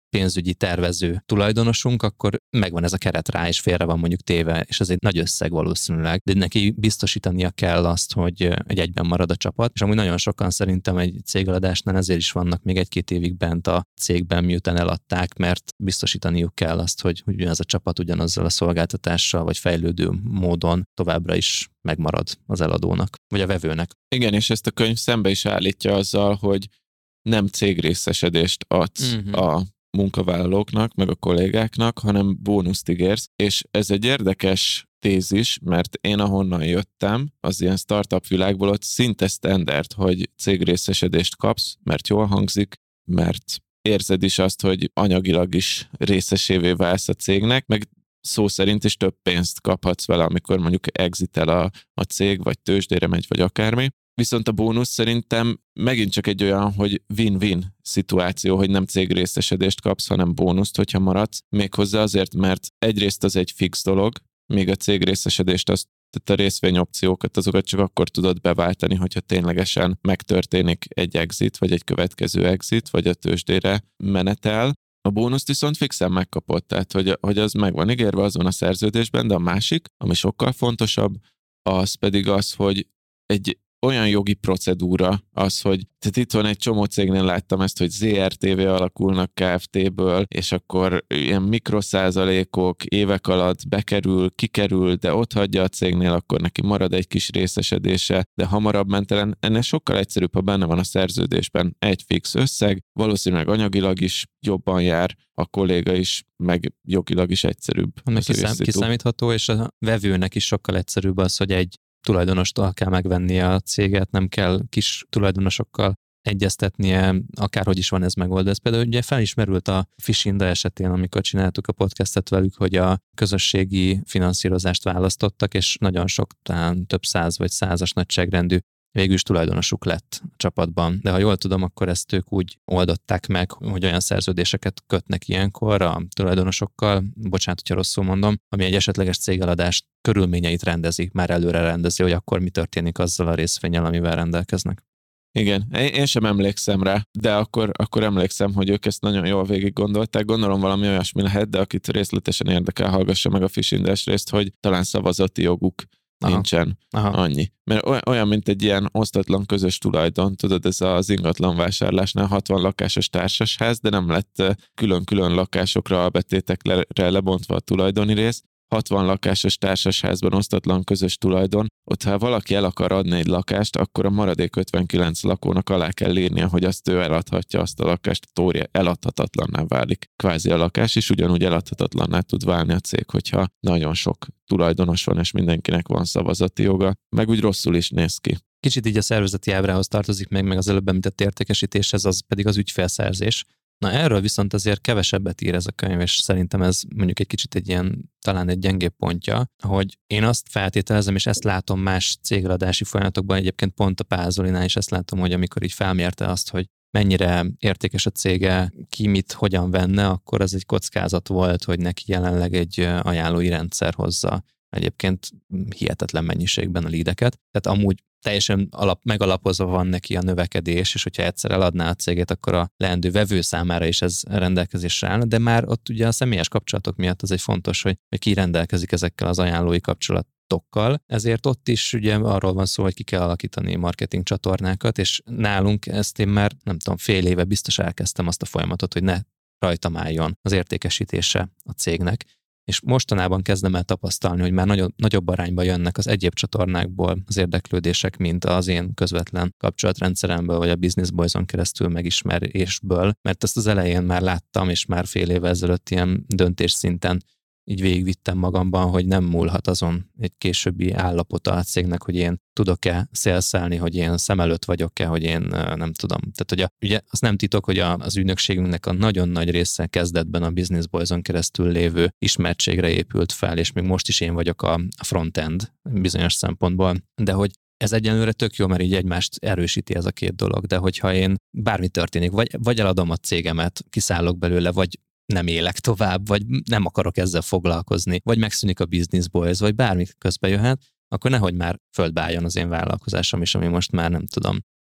pénzügyi tervező tulajdonosunk, akkor megvan ez a keret rá, és félre van mondjuk téve, és ez egy nagy összeg valószínűleg, de neki biztosítania kell azt, hogy egyben marad a csapat, és amúgy nagyon sokan szerintem egy cégeladásnál ezért is vannak még 1-2 évig bent a cégben, miután eladták, mert biztosítaniuk kell azt, hogy ugyanaz a csapat ugyanazzal a szolgáltatással, vagy fejlődő módon továbbra is megmarad az eladónak, vagy a vevőnek. Igen, és ezt a könyv szembe is állítja azzal, hogy nem cégrészesedést adsz a munkavállalóknak, meg a kollégáknak, hanem bónuszt ígérsz, és ez egy érdekes tézis, mert én ahonnan jöttem, az ilyen startup világból ott szinte standard, hogy cégrészesedést kapsz, mert jól hangzik, mert érzed is azt, hogy anyagilag is részesévé válsz a cégnek, meg szó szerint is több pénzt kaphatsz vele, amikor mondjuk exitel a cég, vagy tőzsdére megy, vagy akármi. Viszont a bónusz szerintem megint csak egy olyan, hogy win-win szituáció, hogy nem cégrészesedést kapsz, hanem bónuszt, hogyha maradsz. Méghozzá azért, mert egyrészt az egy fix dolog, még a cégrészesedést, tehát a részvényopciókat, azokat csak akkor tudod beváltani, hogyha ténylegesen megtörténik egy exit, vagy egy következő exit, vagy a tőzsdére menetel. A bónuszt viszont fixen megkapod, tehát hogy az meg van ígérve, az van a szerződésben, de a másik, ami sokkal fontosabb, az pedig az, hogy egy olyan jogi procedúra az, hogy tehát itt van egy csomó cégnél láttam ezt, hogy ZRTV alakulnak Kft-ből, és akkor ilyen mikroszázalékok évek alatt bekerül, kikerül, de ott hagyja a cégnél, akkor neki marad egy kis részesedése, de hamarabb mentelen. Ennél sokkal egyszerűbb, ha benne van a szerződésben egy fix összeg, valószínűleg anyagilag is jobban jár, a kolléga is, meg jogilag is egyszerűbb. Kiszámítható, és a vevőnek is sokkal egyszerűbb az, hogy egy tulajdonostól kell megvennie a céget, nem kell kis tulajdonosokkal egyeztetnie, akárhogy is van ez megoldva. Ez például ugye felismerült a Fishinda esetén, amikor csináltuk a podcastet velük, hogy a közösségi finanszírozást választottak, és nagyon sok, talán több 100 vagy 100-as nagyságrendű végül is tulajdonosuk lett a csapatban. De ha jól tudom, akkor ezt ők úgy oldották meg, hogy olyan szerződéseket kötnek ilyenkor a tulajdonosokkal, bocsánat, hogyha rosszul mondom, ami egy esetleges cégeladás körülményeit rendezi, már előre rendezi, hogy akkor mi történik azzal a részvénnyel, amivel rendelkeznek. Igen, én sem emlékszem rá, de akkor emlékszem, hogy ők ezt nagyon jól végig gondolták. Gondolom valami olyasmi lehet, de akit részletesen érdekel, hallgassa meg a Fishindes részt, hogy talán szavazati joguk nincsen. Annyi. Mert olyan, mint egy ilyen osztatlan közös tulajdon, tudod, ez az ingatlan vásárlásnál 60 lakásos társasház, de nem lett külön-külön lakásokra, albetétekre lebontva a tulajdoni rész. 60 lakásos társasházban osztatlan közös tulajdon, ott ha valaki el akar adni egy lakást, akkor a maradék 59 lakónak alá kell írnia, hogy azt ő eladhatja, azt a lakást, a tória eladhatatlanná válik. Kvázi a lakás is ugyanúgy eladhatatlanná tud válni a cég, hogyha nagyon sok tulajdonos van, és mindenkinek van szavazati joga, meg úgy rosszul is néz ki. Kicsit így a szervezeti ábrához tartozik meg az előbb említett értékesítéshez, az pedig az ügyfélszerzés. Na erről viszont azért kevesebbet ír ez a könyv, és szerintem ez mondjuk egy kicsit egy ilyen, talán egy gyengébb pontja, hogy én azt feltételezem, és ezt látom más cégeladási folyamatokban, egyébként pont a Pázolinál is ezt látom, hogy amikor így felmérte azt, hogy mennyire értékes a cége, ki mit, hogyan venne, akkor az egy kockázat volt, hogy neki jelenleg egy ajánlói rendszer hozza egyébként hihetetlen mennyiségben a leadeket. Tehát amúgy teljesen megalapozva van neki a növekedés, és hogyha egyszer eladná a céget, akkor a leendő vevő számára is ez rendelkezésre állna, de már ott ugye a személyes kapcsolatok miatt az egy fontos, hogy ki rendelkezik ezekkel az ajánlói kapcsolatokkal. Ezért ott is ugye arról van szó, hogy ki kell alakítani marketing csatornákat, és nálunk ezt én már nem tudom, fél éve biztos elkezdtem azt a folyamatot, hogy ne rajtam álljon az értékesítése a cégnek. És mostanában kezdem el tapasztalni, hogy már nagyobb arányban jönnek az egyéb csatornákból az érdeklődések, mint az én közvetlen kapcsolatrendszeremből, vagy a Business Boys-on keresztül megismerésből, mert ezt az elején már láttam, és már fél évvel ezelőtt ilyen döntésszinten így végigvittem magamban, hogy nem múlhat azon egy későbbi állapota a cégnek, hogy én tudok-e szélszelni, hogy én szem előtt vagyok-e, hogy én nem tudom. Tehát ugye az nem titok, hogy az ügynökségünknek a nagyon nagy része kezdetben a Business Boys-on keresztül lévő ismertségre épült fel, és még most is én vagyok a frontend bizonyos szempontból, de hogy ez egyenlőre tök jó, mert így egymást erősíti ez a két dolog, de hogyha én bármi történik, vagy eladom a cégemet, kiszállok belőle, vagy nem élek tovább, vagy nem akarok ezzel foglalkozni, vagy megszűnik a Business Boys, vagy bármi közbe jöhet, akkor nehogy már földbe álljon az én vállalkozásom is, ami most már nem tudom,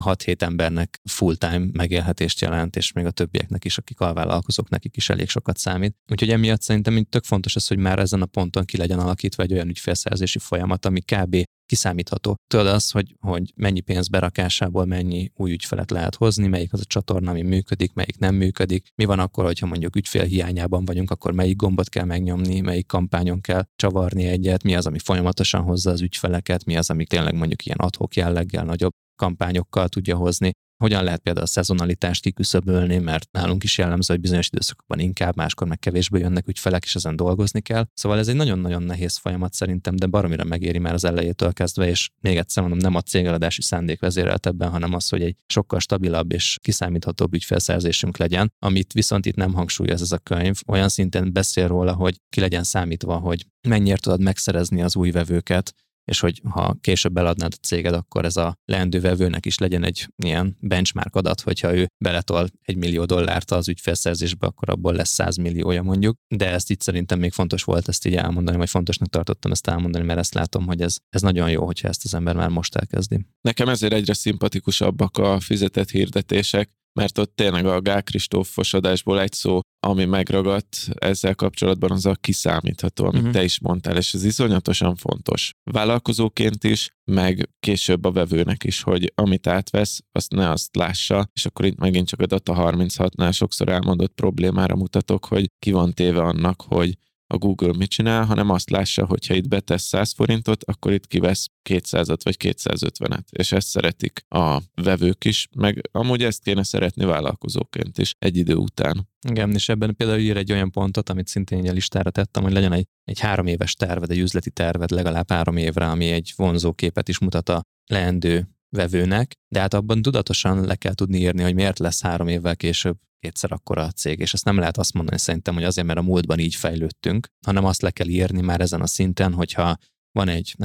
6-7 embernek full-time megélhetést jelent, és még a többieknek is, akik alvállalkozók, nekik is elég sokat számít. Úgyhogy emiatt szerintem tök fontos az, hogy már ezen a ponton ki legyen alakítva egy olyan ügyfélszerzési folyamat, ami kb. Kiszámítható. Tudod az, hogy mennyi pénz berakásából mennyi új ügyfelet lehet hozni, melyik az a csatorna, ami működik, melyik nem működik. Mi van akkor, hogyha mondjuk ügyfél hiányában vagyunk, akkor melyik gombot kell megnyomni, melyik kampányon kell csavarni egyet, mi az, ami folyamatosan hozza az ügyfeleket, mi az, ami tényleg mondjuk ilyen ad-hoc jelleggel, nagyobb kampányokkal tudja hozni. Hogyan lehet például a szezonalitást kiküszöbölni, mert nálunk is jellemző, hogy bizonyos időszakokban inkább, máskor meg kevésbé jönnek ügyfelek, és ezen dolgozni kell. Szóval ez egy nagyon-nagyon nehéz folyamat szerintem, de baromira megéri már az elejétől kezdve, és még egyszer mondom, nem a cégeladási szándék vezérelt ebben, hanem az, hogy egy sokkal stabilabb és kiszámíthatóbb ügyfélszerzésünk legyen, amit viszont itt nem hangsúlyoz ez a könyv. Olyan szinten beszél róla, hogy ki legyen számítva, hogy mennyire tudod megszerezni az új vevőket, és hogy ha később eladnád a céged, akkor ez a leendő vevőnek is legyen egy ilyen benchmark adat, hogyha ő beletol $1 millió az ügyfélszerzésbe, akkor abból lesz 100 milliója mondjuk. De ezt itt szerintem még fontos volt ezt így elmondani, vagy fontosnak tartottam ezt elmondani, mert ezt látom, hogy ez nagyon jó, hogyha ezt az ember már most elkezdi. Nekem ezért egyre szimpatikusabbak a fizetett hirdetések, mert ott tényleg a Gál Kristófos adásból egy szó, ami megragadt ezzel kapcsolatban, az a kiszámítható, amit te is mondtál, és ez iszonyatosan fontos. Vállalkozóként is, meg később a vevőnek is, hogy amit átvesz, azt ne azt lássa, és akkor itt megint csak a Data 36-nál sokszor elmondott problémára mutatok, hogy ki van téve annak, hogy a Google mit csinál, hanem azt lássa, hogyha itt betesz 100 forintot, akkor itt kivesz 200-at vagy 250-et, és ezt szeretik a vevők is, meg amúgy ezt kéne szeretni vállalkozóként is egy idő után. Igen, és ebben például ír egy olyan pontot, amit szintén egy listára tettem, hogy legyen egy 3 éves terved, egy üzleti terved legalább 3 évre, ami egy vonzó képet is mutat a leendő vevőnek, de hát abban tudatosan le kell tudni írni, hogy miért lesz 3 évvel később kétszer akkora a cég, és ezt nem lehet azt mondani szerintem, hogy azért, mert a múltban így fejlődtünk, hanem azt le kell írni már ezen a szinten, hogyha van egy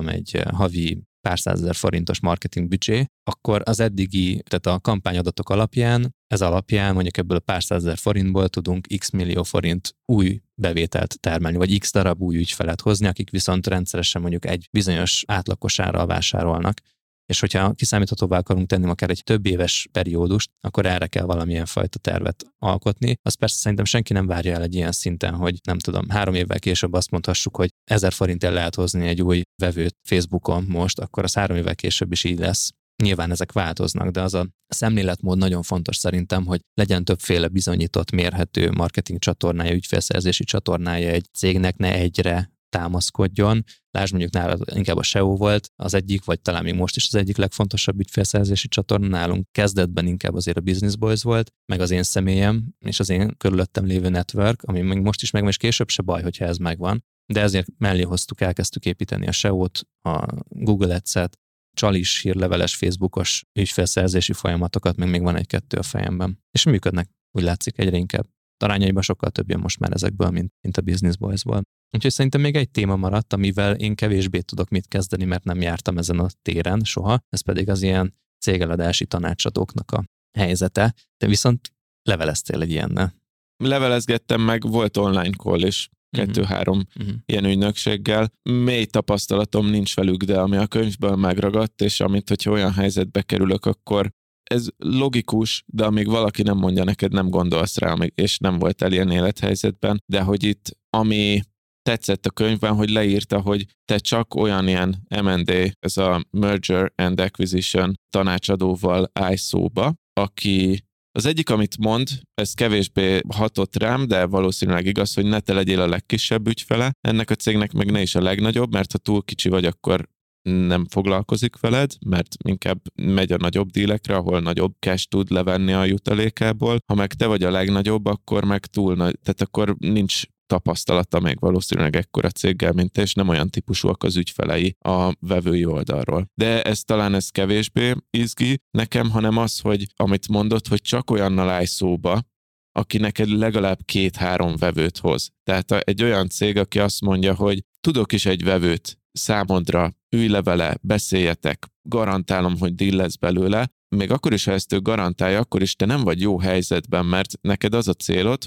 havi pár százezer forintos marketing büdzsé, akkor az eddigi, tehát a kampányadatok alapján, ez alapján mondjuk ebből a pár százezer forintból tudunk x millió forint új bevételt termelni, vagy x darab új ügyfelet hozni, akik viszont rendszeresen mondjuk egy bizonyos átlagos árral vásárolnak. És hogyha kiszámíthatóvá akarunk tenni akár egy több éves periódust, akkor erre kell valamilyen fajta tervet alkotni. Azt persze szerintem senki nem várja el egy ilyen szinten, hogy 3 évvel később azt mondhassuk, hogy 1000 forintért lehet hozni egy új vevőt Facebookon most, akkor az 3 évvel később is így lesz. Nyilván ezek változnak, de az a szemléletmód nagyon fontos szerintem, hogy legyen többféle bizonyított, mérhető marketing csatornája, ügyfélszerzési csatornája egy cégnek, ne egyre támaszkodjon. Lásd, mondjuk nálad inkább a SEO volt az egyik, vagy talán még most is az egyik legfontosabb ügyfélszerzési csatorna. Nálunk kezdetben inkább azért a Business Boys volt, meg az én személyem, és az én körülöttem lévő network, ami még most is megvan, és később se baj, hogyha ez megvan. De ezért mellé hoztuk, elkezdtük építeni a SEO-t, a Google Ads-et, csalis, hírleveles, Facebookos ügyfélszerzési folyamatokat, még van 1-2 a fejemben. És működnek, úgy látszik egyre inkább. Arányaiban sokkal több jön most már ezekből, mint a Business Boys-ból. Úgyhogy szerintem még egy téma maradt, amivel én kevésbé tudok mit kezdeni, mert nem jártam ezen a téren soha. Ez pedig az ilyen cégeladási tanácsadóknak a helyzete. De viszont leveleztél egy ilyennel. Levelezgettem meg, volt online call is. 2-3 ilyen ügynökséggel. Mély tapasztalatom nincs velük, de ami a könyvből megragadt, és amit, hogyha olyan helyzetbe kerülök, akkor ez logikus, de amíg valaki nem mondja neked, nem gondolsz rá, és nem voltál ilyen élethelyzetben, de hogy itt, ami tetszett a könyvben, hogy leírta, hogy te csak olyan ilyen M&A, ez a Merger and Acquisition tanácsadóval állj szóba, aki az egyik, amit mond, ez kevésbé hatott rám, de valószínűleg igaz, hogy ne te legyél a legkisebb ügyfele ennek a cégnek, meg ne is a legnagyobb, mert ha túl kicsi vagy, akkor nem foglalkozik veled, mert inkább megy a nagyobb dílekre, ahol nagyobb cash tud levenni a jutalékából. Ha meg te vagy a legnagyobb, akkor meg túl nagy, tehát akkor nincs tapasztalata még valószínűleg ekkora céggel, mint te, és nem olyan típusúak az ügyfelei a vevői oldalról. De ez kevésbé izgi nekem, hanem az, hogy amit mondott, hogy csak olyannal állj szóba, aki neked legalább 2-3 vevőt hoz. Tehát egy olyan cég, aki azt mondja, hogy tudok is egy vevőt számodra, ülj le vele, beszéljetek, garantálom, hogy deal lesz belőle, még akkor is, ha ezt ő garantálja, akkor is te nem vagy jó helyzetben, mert neked az a célod, hogy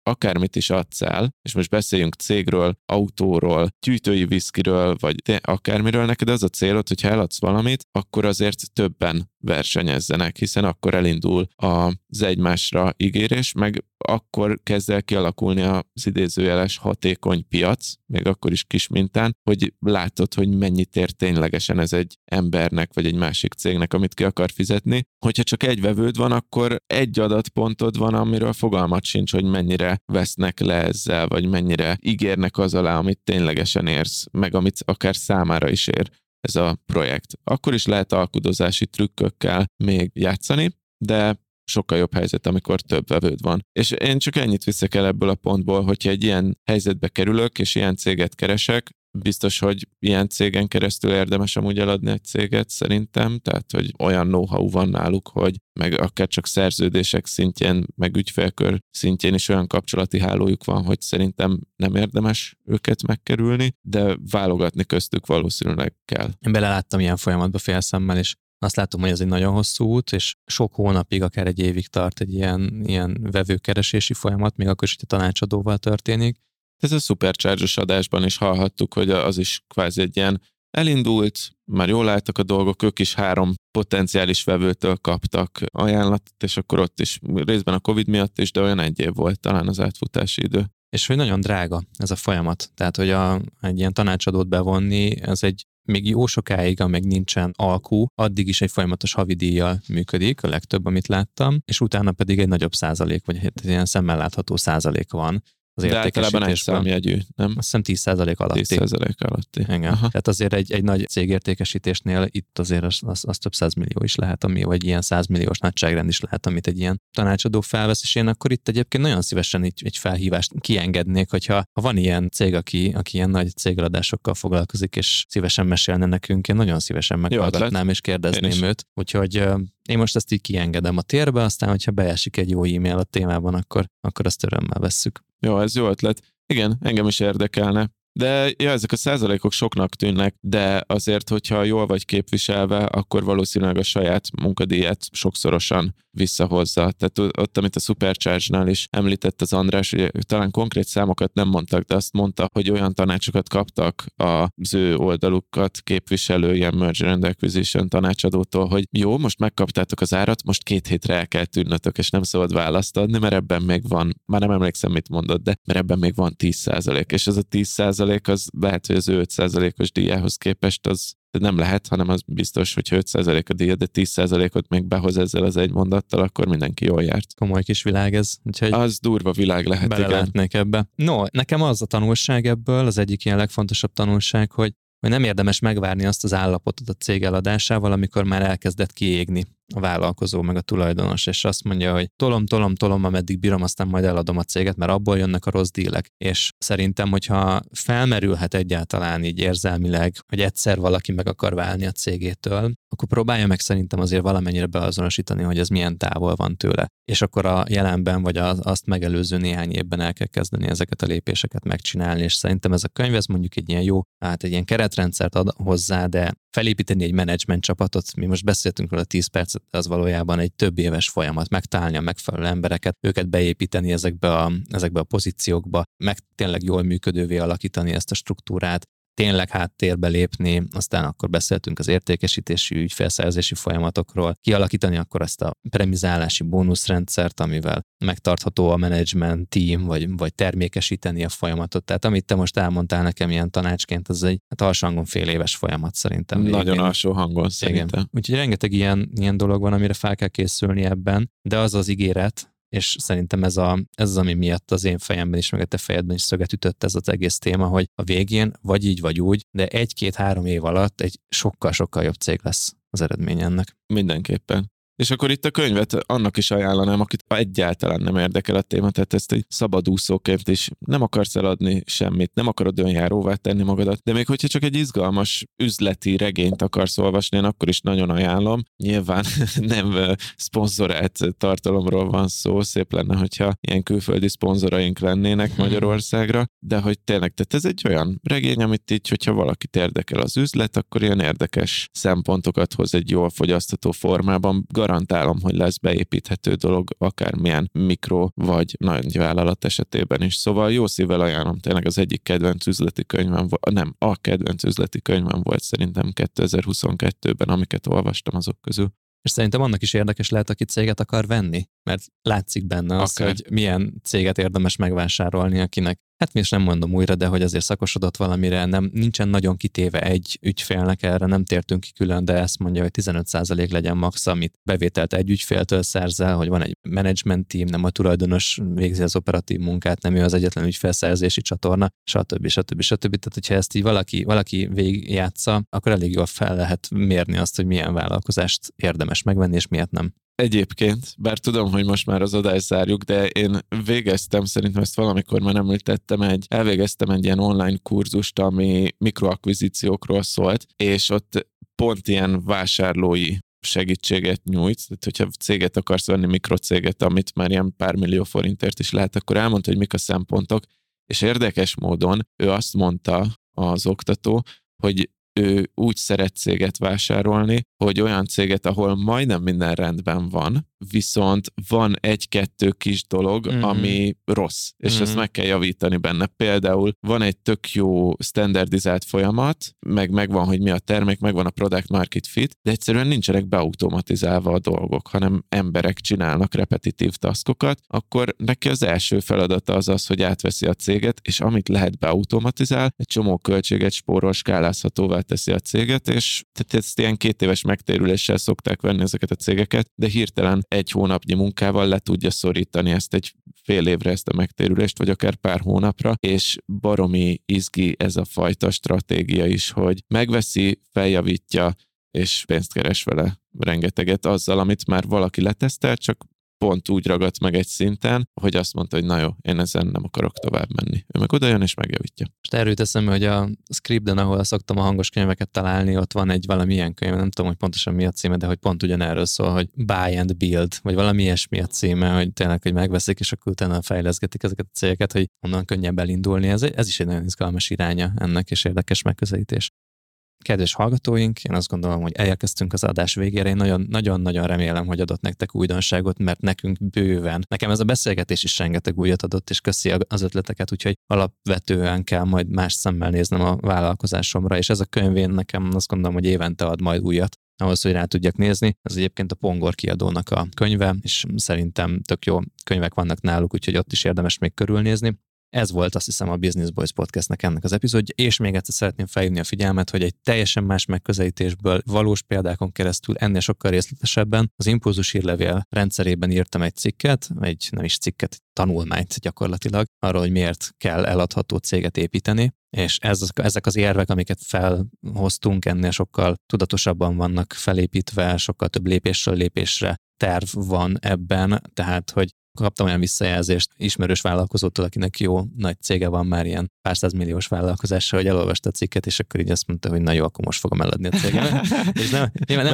akármit is adsz el, és most beszéljünk cégről, autóról, gyűjtői viszkiről, vagy akármiről, neked az a célod, hogyha eladsz valamit, akkor azért többen versenyezzenek, hiszen akkor elindul az egymásra ígérés, meg akkor kezd el kialakulni az idézőjeles hatékony piac, még akkor is kis mintán, hogy látod, hogy mennyit ér ténylegesen ez egy embernek, vagy egy másik cégnek, amit ki akar fizetni. Hogyha csak egy vevőd van, akkor egy adatpontod van, amiről fogalmat sincs, hogy mennyire vesznek le ezzel, vagy mennyire ígérnek az alá, amit ténylegesen érsz, meg amit akár számára is ér ez a projekt. Akkor is lehet alkudozási trükkökkel még játszani, de sokkal jobb helyzet, amikor több vevőd van. És én csak ennyit viszek el ebből a pontból, hogyha egy ilyen helyzetbe kerülök, és ilyen céget keresek, biztos, hogy ilyen cégen keresztül érdemes amúgy eladni egy céget szerintem, tehát, hogy olyan know-how van náluk, hogy meg akár csak szerződések szintjén, meg ügyfélkör szintjén is olyan kapcsolati hálójuk van, hogy szerintem nem érdemes őket megkerülni, de válogatni köztük valószínűleg kell. Én beleláttam ilyen folyamatba félszemmel, és azt látom, hogy ez egy nagyon hosszú út, és sok hónapig, akár egy évig tart egy ilyen vevőkeresési folyamat, még akkor is, hogy a tanácsadóval történik. Ez a Supercharge-os adásban is hallhattuk, hogy az is kvázi egy ilyen elindult, már jól álltak a dolgok, ők is 3 potenciális vevőtől kaptak ajánlatot, és akkor ott is részben a Covid miatt is, de olyan 1 év volt talán az átfutási idő. És hogy nagyon drága ez a folyamat. Tehát, hogy egy ilyen tanácsadót bevonni, ez egy még jó sokáig, amíg nincsen alkú, addig is egy folyamatos havidíjjal működik, a legtöbb, amit láttam, és utána pedig egy nagyobb százalék, vagy egy ilyen szemmel látható százalék van az értékesítésben. De általában egy számjegyű, nem? Azt hiszem 10% alatti. 10% alatti. Igen. Tehát azért egy nagy cégértékesítésnél itt azért az több 100 millió is lehet, vagy ilyen 100 milliós nagyságrend is lehet, amit egy ilyen tanácsadó felvesz, és én akkor itt egyébként nagyon szívesen egy felhívást kiengednék, hogyha van ilyen cég, aki ilyen nagy cégeladásokkal foglalkozik, és szívesen mesélne nekünk, én nagyon szívesen meghallgatnám, és kérdezném őt. Úgyhogy én most ezt így kiengedem a térbe, aztán, hogyha beesik egy jó e-mail a témában, akkor azt örömmel vesszük. Jó, ez jó ötlet. Igen, engem is érdekelne. De ezek a százalékok soknak tűnnek, de azért, hogyha jól vagy képviselve, akkor valószínűleg a saját munkadíját sokszorosan visszahozza. Tehát ott, amit a Supercharge-nál is említett az András, ugye talán konkrét számokat nem mondtak, de azt mondta, hogy olyan tanácsokat kaptak az ő oldalukat képviselő ilyen merger and acquisition tanácsadótól, hogy jó, most megkaptátok az árat, most 2 hétre el kell tűnnötök, és nem szabad választ adni, mert ebben még van, már nem emlékszem, mit mondott, de mert ebben még van 10%, és ez a 10% az lehet, hogy az 5%-os díjához képest az nem lehet, hanem az biztos, hogy 5% a díja, de 10%-ot még behoz ezzel az egy mondattal, akkor mindenki jól járt. Komoly kis világ ez. Úgyhogy az durva világ lehet, belelátnék ebbe. No, nekem az a tanulság ebből, az egyik ilyen legfontosabb tanulság, hogy nem érdemes megvárni azt az állapotot a cég eladásával, amikor már elkezdett kiégni a vállalkozó, meg a tulajdonos, és azt mondja, hogy tolom, ameddig bírom, aztán majd eladom a céget, mert abból jönnek a rossz dílek. És szerintem, hogyha felmerülhet egyáltalán így érzelmileg, hogy egyszer valaki meg akar válni a cégétől, akkor próbálja meg szerintem azért valamennyire beazonosítani, hogy ez milyen távol van tőle. És akkor a jelenben, vagy azt megelőző néhány évben el kell kezdeni ezeket a lépéseket megcsinálni, és szerintem ez a könyv, ez mondjuk egy ilyen jó, egy ilyen keretrendszert ad hozzá, de felépíteni egy menedzsment csapatot, mi most beszéltünk róla 10 percet, az valójában egy több éves folyamat, megtalálni a megfelelő embereket, őket beépíteni ezekbe a pozíciókba, meg tényleg jól működővé alakítani ezt a struktúrát, tényleg háttérbe lépni, aztán akkor beszéltünk az értékesítési, ügyfélszerzési folyamatokról, kialakítani akkor ezt a premizálási bónuszrendszert, amivel megtartható a management team, vagy termékesíteni a folyamatot. Tehát amit te most elmondtál nekem ilyen tanácsként, az egy alsó hangon fél éves folyamat szerintem. Nagyon alsó hangon szerintem. Úgyhogy rengeteg ilyen dolog van, amire fel kell készülni ebben, de az az ígéret, és szerintem ez az, ami miatt az én fejemben is, meg a te fejedben is szöget ütött ez az egész téma, hogy a végén vagy így, vagy úgy, de 1-2-3 év alatt egy sokkal-sokkal jobb cég lesz az eredmény ennek. Mindenképpen. És akkor itt a könyvet annak is ajánlanám, akit egyáltalán nem érdekel a téma, tehát ezt egy szabadúszóként is nem akarsz eladni semmit, nem akarod önjáróvá tenni magadat, de még hogyha csak egy izgalmas üzleti regényt akarsz olvasni, én akkor is nagyon ajánlom. Nyilván nem szponzorált tartalomról van szó, szép lenne, hogyha ilyen külföldi szponzoraink lennének Magyarországra, de hogy tényleg, tehát ez egy olyan regény, amit így, hogyha valakit érdekel az üzlet, akkor ilyen érdekes szempontokat hoz egy jól fogyasztható formában. garantálom, hogy lesz beépíthető dolog, akármilyen mikro vagy nagy vállalat esetében is. Szóval jó szívvel ajánlom, tényleg az egyik kedvenc üzleti könyvem, nem, a kedvenc üzleti könyvem volt szerintem 2022-ben, amiket olvastam azok közül. És szerintem annak is érdekes lehet, aki céget akar venni, mert látszik benne az, hogy milyen céget érdemes megvásárolni, akinek, hát mi is nem mondom újra, de hogy azért szakosodott valamire, nincsen nagyon kitéve egy ügyfélnek, erre nem tértünk ki külön, de ezt mondja, hogy 15% legyen max, amit bevételt egy ügyféltől szerzel, hogy van egy management team, nem a tulajdonos végzi az operatív munkát, nem ő az egyetlen ügyfélszerzési csatorna, stb. Tehát, hogyha ezt így valaki végigjátsza, akkor elég jól fel lehet mérni azt, hogy milyen vállalkozást érdemes megvenni, és miért nem. Egyébként, bár tudom, hogy most már az adást zárjuk, de én végeztem, szerintem ezt valamikor már említettem, elvégeztem egy ilyen online kurzust, ami mikroakvizíciókról szólt, és ott pont ilyen vásárlói segítséget nyújt, tehát hogyha céget akarsz venni, mikrocéget, amit már ilyen pár millió forintért is lehet, akkor elmondta, hogy mik a szempontok, és érdekes módon ő azt mondta, az oktató, hogy ő úgy szeret céget vásárolni, hogy olyan céget, ahol majdnem minden rendben van, viszont van egy-kettő kis dolog, ami rossz, és ezt meg kell javítani benne. Például van egy tök jó standardizált folyamat, megvan, hogy mi a termék, megvan a product market fit, de egyszerűen nincsenek beautomatizálva a dolgok, hanem emberek csinálnak repetitív taskokat, akkor neki az első feladata az, hogy átveszi a céget, és amit lehet beautomatizál, egy csomó költséget spórol, skálázhatóvá teszi a céget, és tehát ezt ilyen 2 éves megtérüléssel szokták venni ezeket a cégeket, de hirtelen egy hónapnyi munkával le tudja szorítani ezt egy fél évre, ezt a megtérülést, vagy akár pár hónapra, és baromi izgi ez a fajta stratégia is, hogy megveszi, feljavítja, és pénzt keres vele rengeteget azzal, amit már valaki letesztelt, csak pont úgy ragadt meg egy szinten, hogy azt mondta, hogy na jó, én ezen nem akarok tovább menni. Ő meg oda jön és megjavítja. Most erről teszem, hogy a Scribden, ahol szoktam a hangos könyveket találni, ott van egy valamilyen könyv, nem tudom, hogy pontosan mi a címe, de hogy pont ugyanerről szól, hogy buy and build, vagy valami ilyesmi a címe, hogy tényleg, hogy megveszik, és akkor utána fejleszgetik ezeket a cégeket, hogy onnan könnyebb elindulni. Ez is egy nagyon izgalmas iránya ennek, és érdekes megközelítés. Kedves hallgatóink, én azt gondolom, hogy elérkeztünk az adás végére. Én nagyon-nagyon remélem, hogy adott nektek újdonságot, mert nekünk bőven. Nekem ez a beszélgetés is rengeteg újat adott, és köszi az ötleteket, úgyhogy alapvetően kell majd más szemmel néznem a vállalkozásomra, és ez a könyvén nekem azt gondolom, hogy évente ad majd újat, ahhoz, hogy rá tudjak nézni. Ez egyébként a Pongor kiadónak a könyve, és szerintem tök jó könyvek vannak náluk, úgyhogy ott is érdemes még körülnézni. Ez volt, azt hiszem, a Business Boys Podcastnek ennek az epizódja, és még egyszer szeretném felhívni a figyelmet, hogy egy teljesen más megközelítésből, valós példákon keresztül ennél sokkal részletesebben az Impulzus hírlevél rendszerében írtam egy cikket, egy tanulmányt gyakorlatilag, arról, hogy miért kell eladható céget építeni, és ezek az érvek, amiket felhoztunk, ennél sokkal tudatosabban vannak felépítve, sokkal több lépésről lépésre terv van ebben, tehát, hogy kaptam olyan visszajelzést ismerős vállalkozótól, akinek jó nagy cége van már ilyen pár százmilliós vállalkozása, hogy elolvasta a cikket, és akkor így azt mondta, hogy na jó, akkor most fogom eladni a cégemet. És nem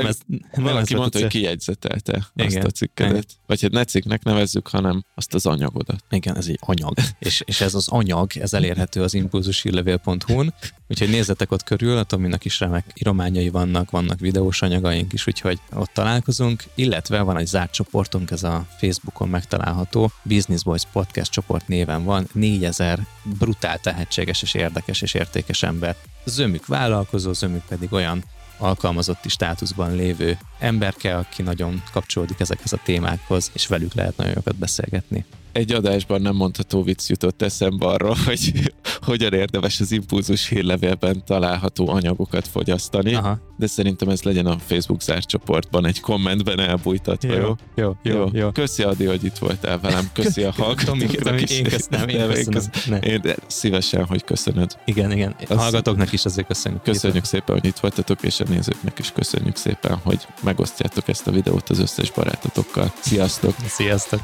valaki mondta, hogy kijegyzetelte azt a cikkedet. Vagy hát ne cikknek nevezzük, hanem azt az anyagodat. Igen, ez egy anyag. és ez az anyag, ez elérhető az impulzushírlevél.hu-n, úgyhogy nézzetek ott körül, a Tominak is remek írományai vannak videós anyagaink is, úgyhogy ott találkozunk, illetve van egy zárt csoportunk, ez a Facebookon megtalálható, Business Boys Podcast csoport néven van, 4000 brutál tehetséges és érdekes és értékes ember. Zömük vállalkozó, zömük pedig olyan alkalmazotti státuszban lévő emberke, aki nagyon kapcsolódik ezekhez a témákhoz, és velük lehet nagyon jókat beszélgetni. Egy adásban nem mondható vicc jutott eszembe arról, hogy hogyan érdemes az Impulzus hírlevélben található anyagokat fogyasztani, de szerintem ez legyen a Facebook zárt csoportban egy kommentben elbújtatva, jó? Köszi, Adi, hogy itt voltál velem, köszi a hallgatóknak is. Én köszönöm. Én szívesen, hogy köszönöd. Igen. A hallgatóknak is azért köszönjük. Köszönjük szépen, hogy itt voltatok, és a nézőknek is köszönjük szépen, hogy megosztjátok ezt a videót az összes barátotokkal. Sziasztok! Sziasztok!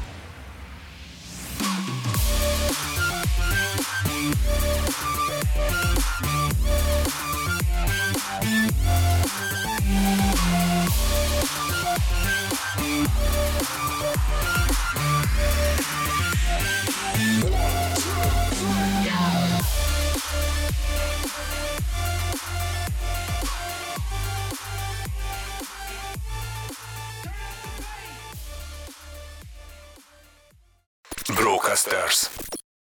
Podcasters.